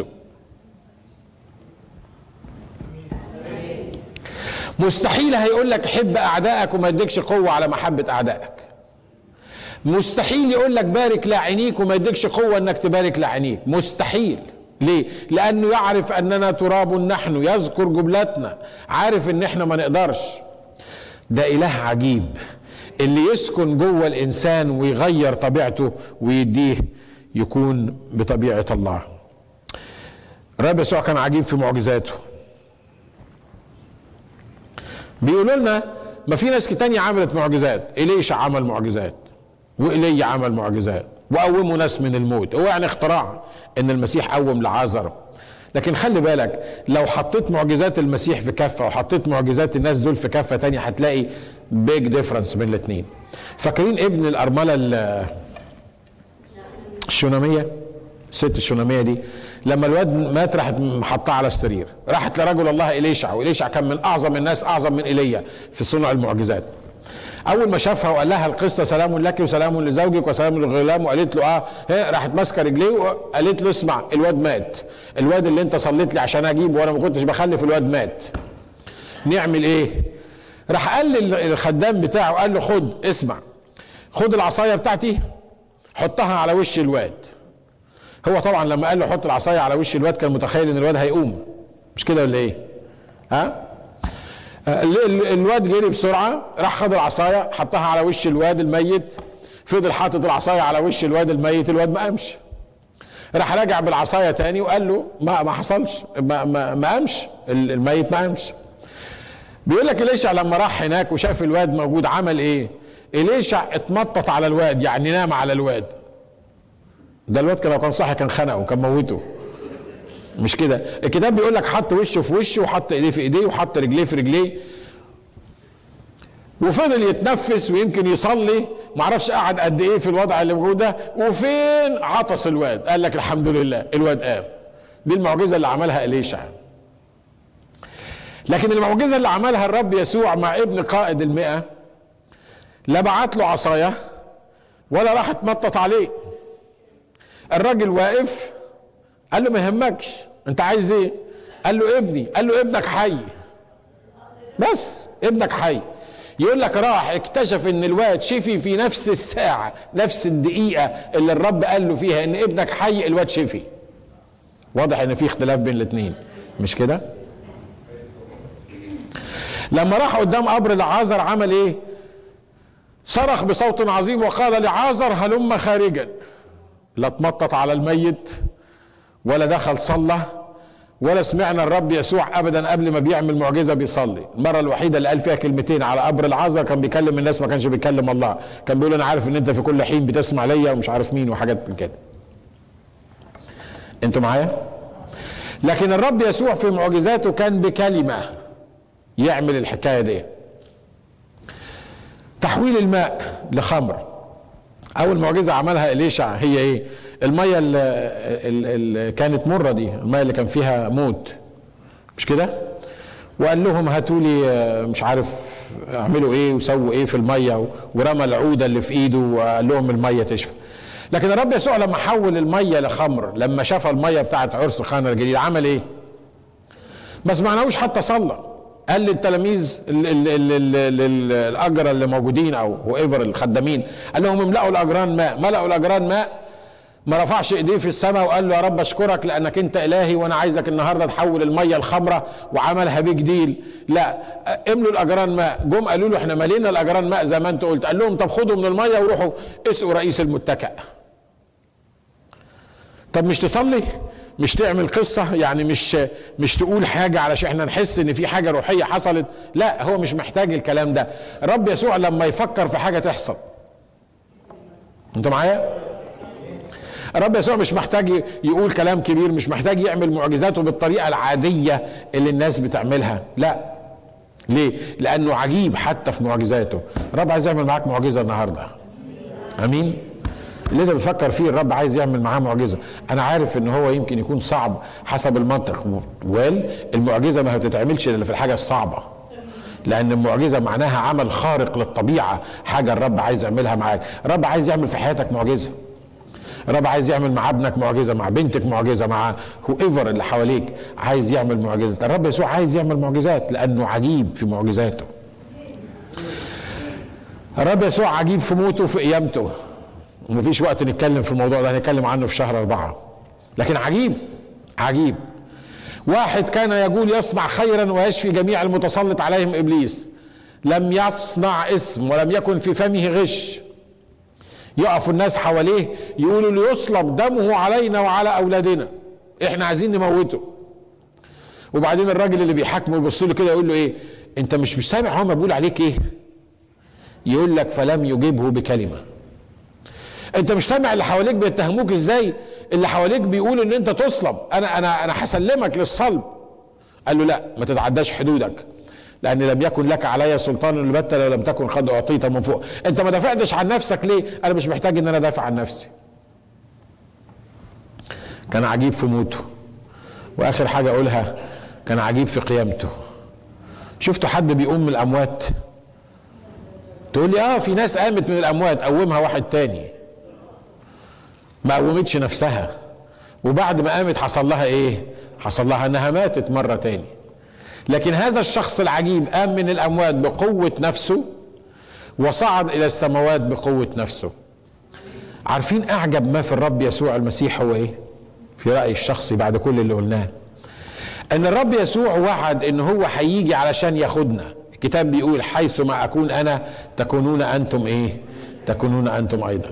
مستحيل هيقول لك حب اعدائك وما يديكش قوه على محبه اعدائك. مستحيل يقول لك بارك لعينيك وما يديكش قوه انك تبارك لعينيك. مستحيل. ليه؟ لانه يعرف اننا تراب نحن، يذكر جملتنا، عارف ان احنا ما نقدرش. ده اله عجيب اللي يسكن جوه الانسان ويغير طبيعته ويديه يكون بطبيعه الله. الرب يسوع كان عجيب في معجزاته. بيقولوا لنا ما في ناس تانية عملت معجزات، إليشع عمل معجزات وإيليا عمل معجزات وقوموا ناس من الموت. هو يعني اختراع ان المسيح قوم لعازر. لكن خلي بالك لو حطيت معجزات المسيح في كفة وحطيت معجزات الناس دول في كفة تانية هتلاقي بيج ديفرنس بين الاثنين. فاكرين ابن الأرملة الشونامية، الست الشونامية دي لما الواد مات راحت محطاه على السرير، راحت لرجل الله إليشع، وإليشع كان من أعظم الناس، أعظم من إيليا في صنع المعجزات. أول ما شافها وقال لها القصة سلام لك وسلام لزوجك وسلام للغلام، وقالت له اه هي راحت ماسكه رجليه وقالت له اسمع الواد مات، الواد اللي أنت صليت لي عشان أجيبه وأنا ما كنتش بخلف الواد مات، نعمل إيه؟ راح قال للخدام بتاعه قال له خد اسمع، خد العصاية بتاعتي حطها على وش الواد. هو طبعا لما قال له حط العصايه على وش الواد كان متخيل ان الواد هيقوم، مش كده ولا ايه؟ ها؟ الواد جري بسرعه، راح خد العصايه حطها على وش الواد الميت، فضل حاطط العصايه على وش الواد الميت، الواد ما قامش. راح راجع بالعصايه تاني وقال له ما ما حصلش، ما ما, ما قامش الميت، ما قامش. بيقول لك إليشع لما راح هناك وشاف الواد موجود عمل ايه؟ إليشع اتمطط على الواد، يعني نام على الواد. ده الواد كان لو كان صاحي كان خنقه وكان موته، مش كده؟ الكتاب بيقول لك حط وشه في وشه وحط ايديه في ايديه وحط رجليه في رجليه وفضل يتنفس ويمكن يصلي، معرفش قعد قد ايه في الوضع اللي موجود ده، وفين عطس الواد؟ قال لك الحمد لله الواد قام. دي المعجزه اللي عملها إليشع. لكن المعجزة اللي عملها الرب يسوع مع ابن قائد المئة، لا بعت له عصاية ولا راح اتمطط عليه. الراجل واقف قال له ما يهمكش، انت عايز ايه؟ قال له ابني. قال له ابنك حي، بس ابنك حي. يقول لك راح اكتشف ان الواد شفي في نفس الساعة، نفس الدقيقة اللي الرب قال له فيها ان ابنك حي، الواد شفي. واضح ان في اختلاف بين الاثنين، مش كده؟ لما راح قدام قبر لعازر عمل ايه؟ صرخ بصوت عظيم وقال لعازر هلم خارجا. لا اتمطط على الميت ولا دخل صلى، ولا سمعنا الرب يسوع ابدا قبل ما بيعمل معجزه بيصلي. المره الوحيده اللي قال فيها كلمتين على قبر العازر كان بيكلم الناس، ما كانش بيكلم الله. كان بيقول انا عارف ان انت في كل حين بتسمع ليا ومش عارف مين وحاجات من كده. انتوا معايا؟ لكن الرب يسوع في معجزاته كان بكلمه يعمل الحكايه دي. تحويل الماء لخمر، اول معجزه عملها إليشع هي ايه؟ الميه اللي, اللي كانت مره دي، الميه اللي كان فيها موت، مش كده؟ وقال لهم هاتوا لي مش عارف اعملوا ايه وسووا ايه في الميه، ورمى العوده اللي في ايده وقال لهم الميه تشفى. لكن الرب يسوع لما حول الميه لخمر، لما شاف الميه بتاعت عرس قانا الجليل عمل ايه؟ ما سمعناهوش حتى صلى. قال للتلاميذ الاجره اللي موجودين او هو ايفر الخدامين، قال لهم املأوا الاجران ماء. ملأوا الاجران ماء، ما رفعش ايديه في السماء وقال له يا رب اشكرك لانك انت الهي وانا عايزك النهارده تحول الميه لخمره وعملها بيج ديل. لا، املوا الاجران ماء. جم قالوا له احنا ملينا الاجران ماء زي ما انت قلت. قال لهم طب خدوا من الميه وروحوا اسقوا رئيس المتكأ. طب مش تصلي؟ مش تعمل قصة؟ يعني مش مش تقول حاجة علشان احنا نحس ان في حاجة روحية حصلت؟ لا، هو مش محتاج الكلام ده. الرب يسوع لما يفكر في حاجة تحصل. انت معايا؟ الرب يسوع مش محتاج يقول كلام كبير، مش محتاج يعمل معجزاته بالطريقة العادية اللي الناس بتعملها. لا، ليه؟ لانه عجيب حتى في معجزاته. الرب عايز يعمل معاك معجزة النهاردة. امين؟ اللي انت بتفكر فيه الرب عايز يعمل معاه معجزه. انا عارف ان هو يمكن يكون صعب حسب المنطق، والمعجزه ما بتتعملش الا في الحاجه الصعبه، لان المعجزه معناها عمل خارق للطبيعه، حاجه الرب عايز يعملها معاك. الرب عايز يعمل في حياتك معجزه. الرب عايز يعمل مع ابنك معجزه، مع بنتك معجزه، مع هو ايفر اللي حواليك عايز يعمل معجزه. الرب يسوع عايز يعمل معجزات لانه عجيب في معجزاته. الرب يسوع عجيب في موته وفي قيامته، ومفيش وقت نتكلم في الموضوع ده، هنتكلم عنه في شهر أربعة. لكن عجيب عجيب. واحد كان يقول يصنع خيرا ويشفي جميع المتسلط عليهم إبليس، لم يصنع اسم ولم يكن في فمه غش. يقف الناس حواليه يقولوا ليصلب دمه علينا وعلى أولادنا، احنا عايزين نموته. وبعدين الراجل اللي بيحاكمه يبص له كده يقول له ايه؟ انت مش مش سامع هو بيقول عليك ايه؟ يقول لك فلم يجيبه بكلمه. انت مش سامع اللي حواليك بيتهموك ازاي؟ اللي حواليك بيقولوا ان انت تصلب، انا انا انا هسلمك للصلب. قال له لا، ما تتعداش حدودك، لان لم يكن لك علي سلطان البتة لو لم تكن قد اعطيت من فوق. انت ما دافعتش عن نفسك ليه؟ انا مش محتاج ان انا دافع عن نفسي. كان عجيب في موته. واخر حاجه اقولها، كان عجيب في قيامته. شفتوا حد بيقوم من الاموات؟ تقول لي اه في ناس قامت من الاموات، قومها واحد تاني. ما قومتش نفسها، وبعد ما قامت حصل لها ايه؟ حصل لها انها ماتت مرة تاني. لكن هذا الشخص العجيب قام من الاموات بقوة نفسه وصعد الى السماوات بقوة نفسه. عارفين اعجب ما في الرب يسوع المسيح هو ايه؟ في رأيي الشخصي بعد كل اللي قلناه، ان الرب يسوع وعد ان هو هيجي علشان ياخدنا. الكتاب بيقول حيث ما اكون انا تكونون انتم ايه؟ تكونون انتم ايضا.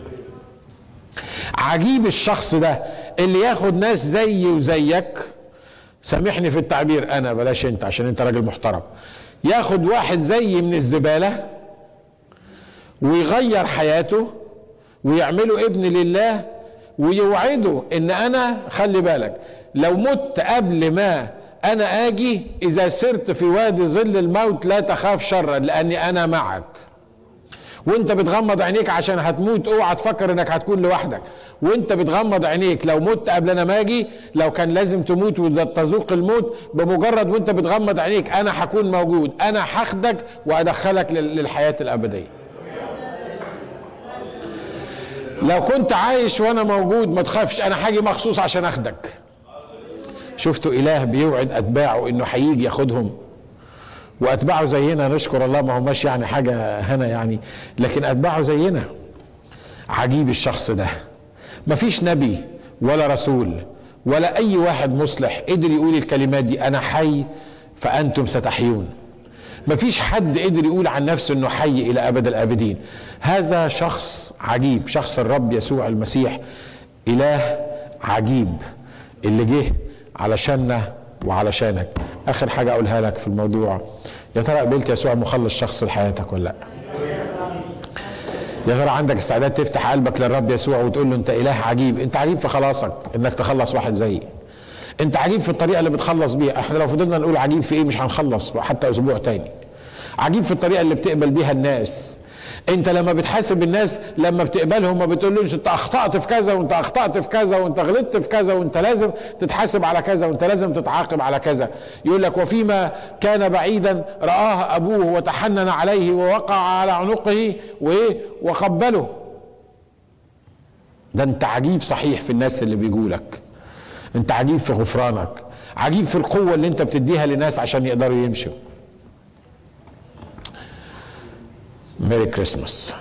عجيب الشخص ده اللي ياخد ناس زي وزيك، سامحني في التعبير، انا بلاش انت عشان انت راجل محترم، ياخد واحد زي من الزبالة ويغير حياته ويعمله ابن لله ويوعده ان انا خلي بالك لو مت قبل ما انا اجي، اذا سرت في وادي ظل الموت لا تخاف شرا لاني انا معك. وانت بتغمض عينيك عشان هتموت اوعى تفكر انك هتكون لوحدك. وانت بتغمض عينيك لو مت قبل انا ما اجي، لو كان لازم تموت وتذوق الموت، بمجرد وانت بتغمض عينيك انا هكون موجود، انا هاخدك وادخلك للحياة الابدية. لو كنت عايش وانا موجود ما تخافش، انا هاجي مخصوص عشان اخدك. شفتوا اله بيوعد اتباعه انه هيجي ياخدهم، واتباعه زينا نشكر الله، ما هماش يعني حاجه هنا يعني، لكن اتباعه زينا. عجيب الشخص ده، مفيش نبي ولا رسول ولا اي واحد مصلح قدر يقول الكلمات دي، انا حي فانتم ستحيون. مفيش حد قدر يقول عن نفسه انه حي الى ابد الابدين. هذا شخص عجيب، شخص الرب يسوع المسيح، اله عجيب اللي جه علشاننا وعلشانك. اخر حاجه اقولها لك في الموضوع، يا ترى قبلت يسوع مخلص شخص لحياتك ولا لا؟ يا ترى عندك استعداد تفتح قلبك للرب يسوع وتقول له انت اله عجيب؟ انت عجيب في خلاصك انك تخلص واحد زيي، انت عجيب في الطريقه اللي بتخلص بيها. احنا لو فضلنا نقول عجيب في ايه مش هنخلص حتى اسبوع تاني. عجيب في الطريقه اللي بتقبل بيها الناس. انت لما بتحاسب الناس، لما بتقبلهم ما بتقولوش انت اخطأت في كذا وانت اخطأت في كذا وانت غلطت في كذا وانت لازم تتحاسب على كذا وانت لازم تتعاقب على كذا. يقول لك وفيما كان بعيدا رآه ابوه وتحنن عليه ووقع على عنقه وايه وقبله. ده انت عجيب صحيح في الناس اللي بيقولك، انت عجيب في غفرانك، عجيب في القوة اللي انت بتديها لناس عشان يقدروا يمشوا. ميري كريسماس،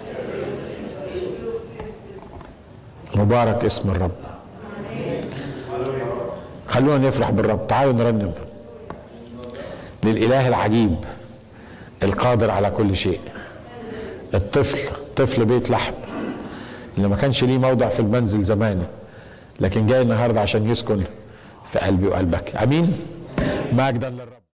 مبارك اسم الرب. خلونا نفرح بالرب، تعالوا نرنم للإله العجيب القادر على كل شيء. الطفل، طفل بيت لحم اللي ما كانش ليه موضع في المنزل زمان، لكن جاي النهارده عشان يسكن في قلبي وقلبك. امين. مجدا للرب.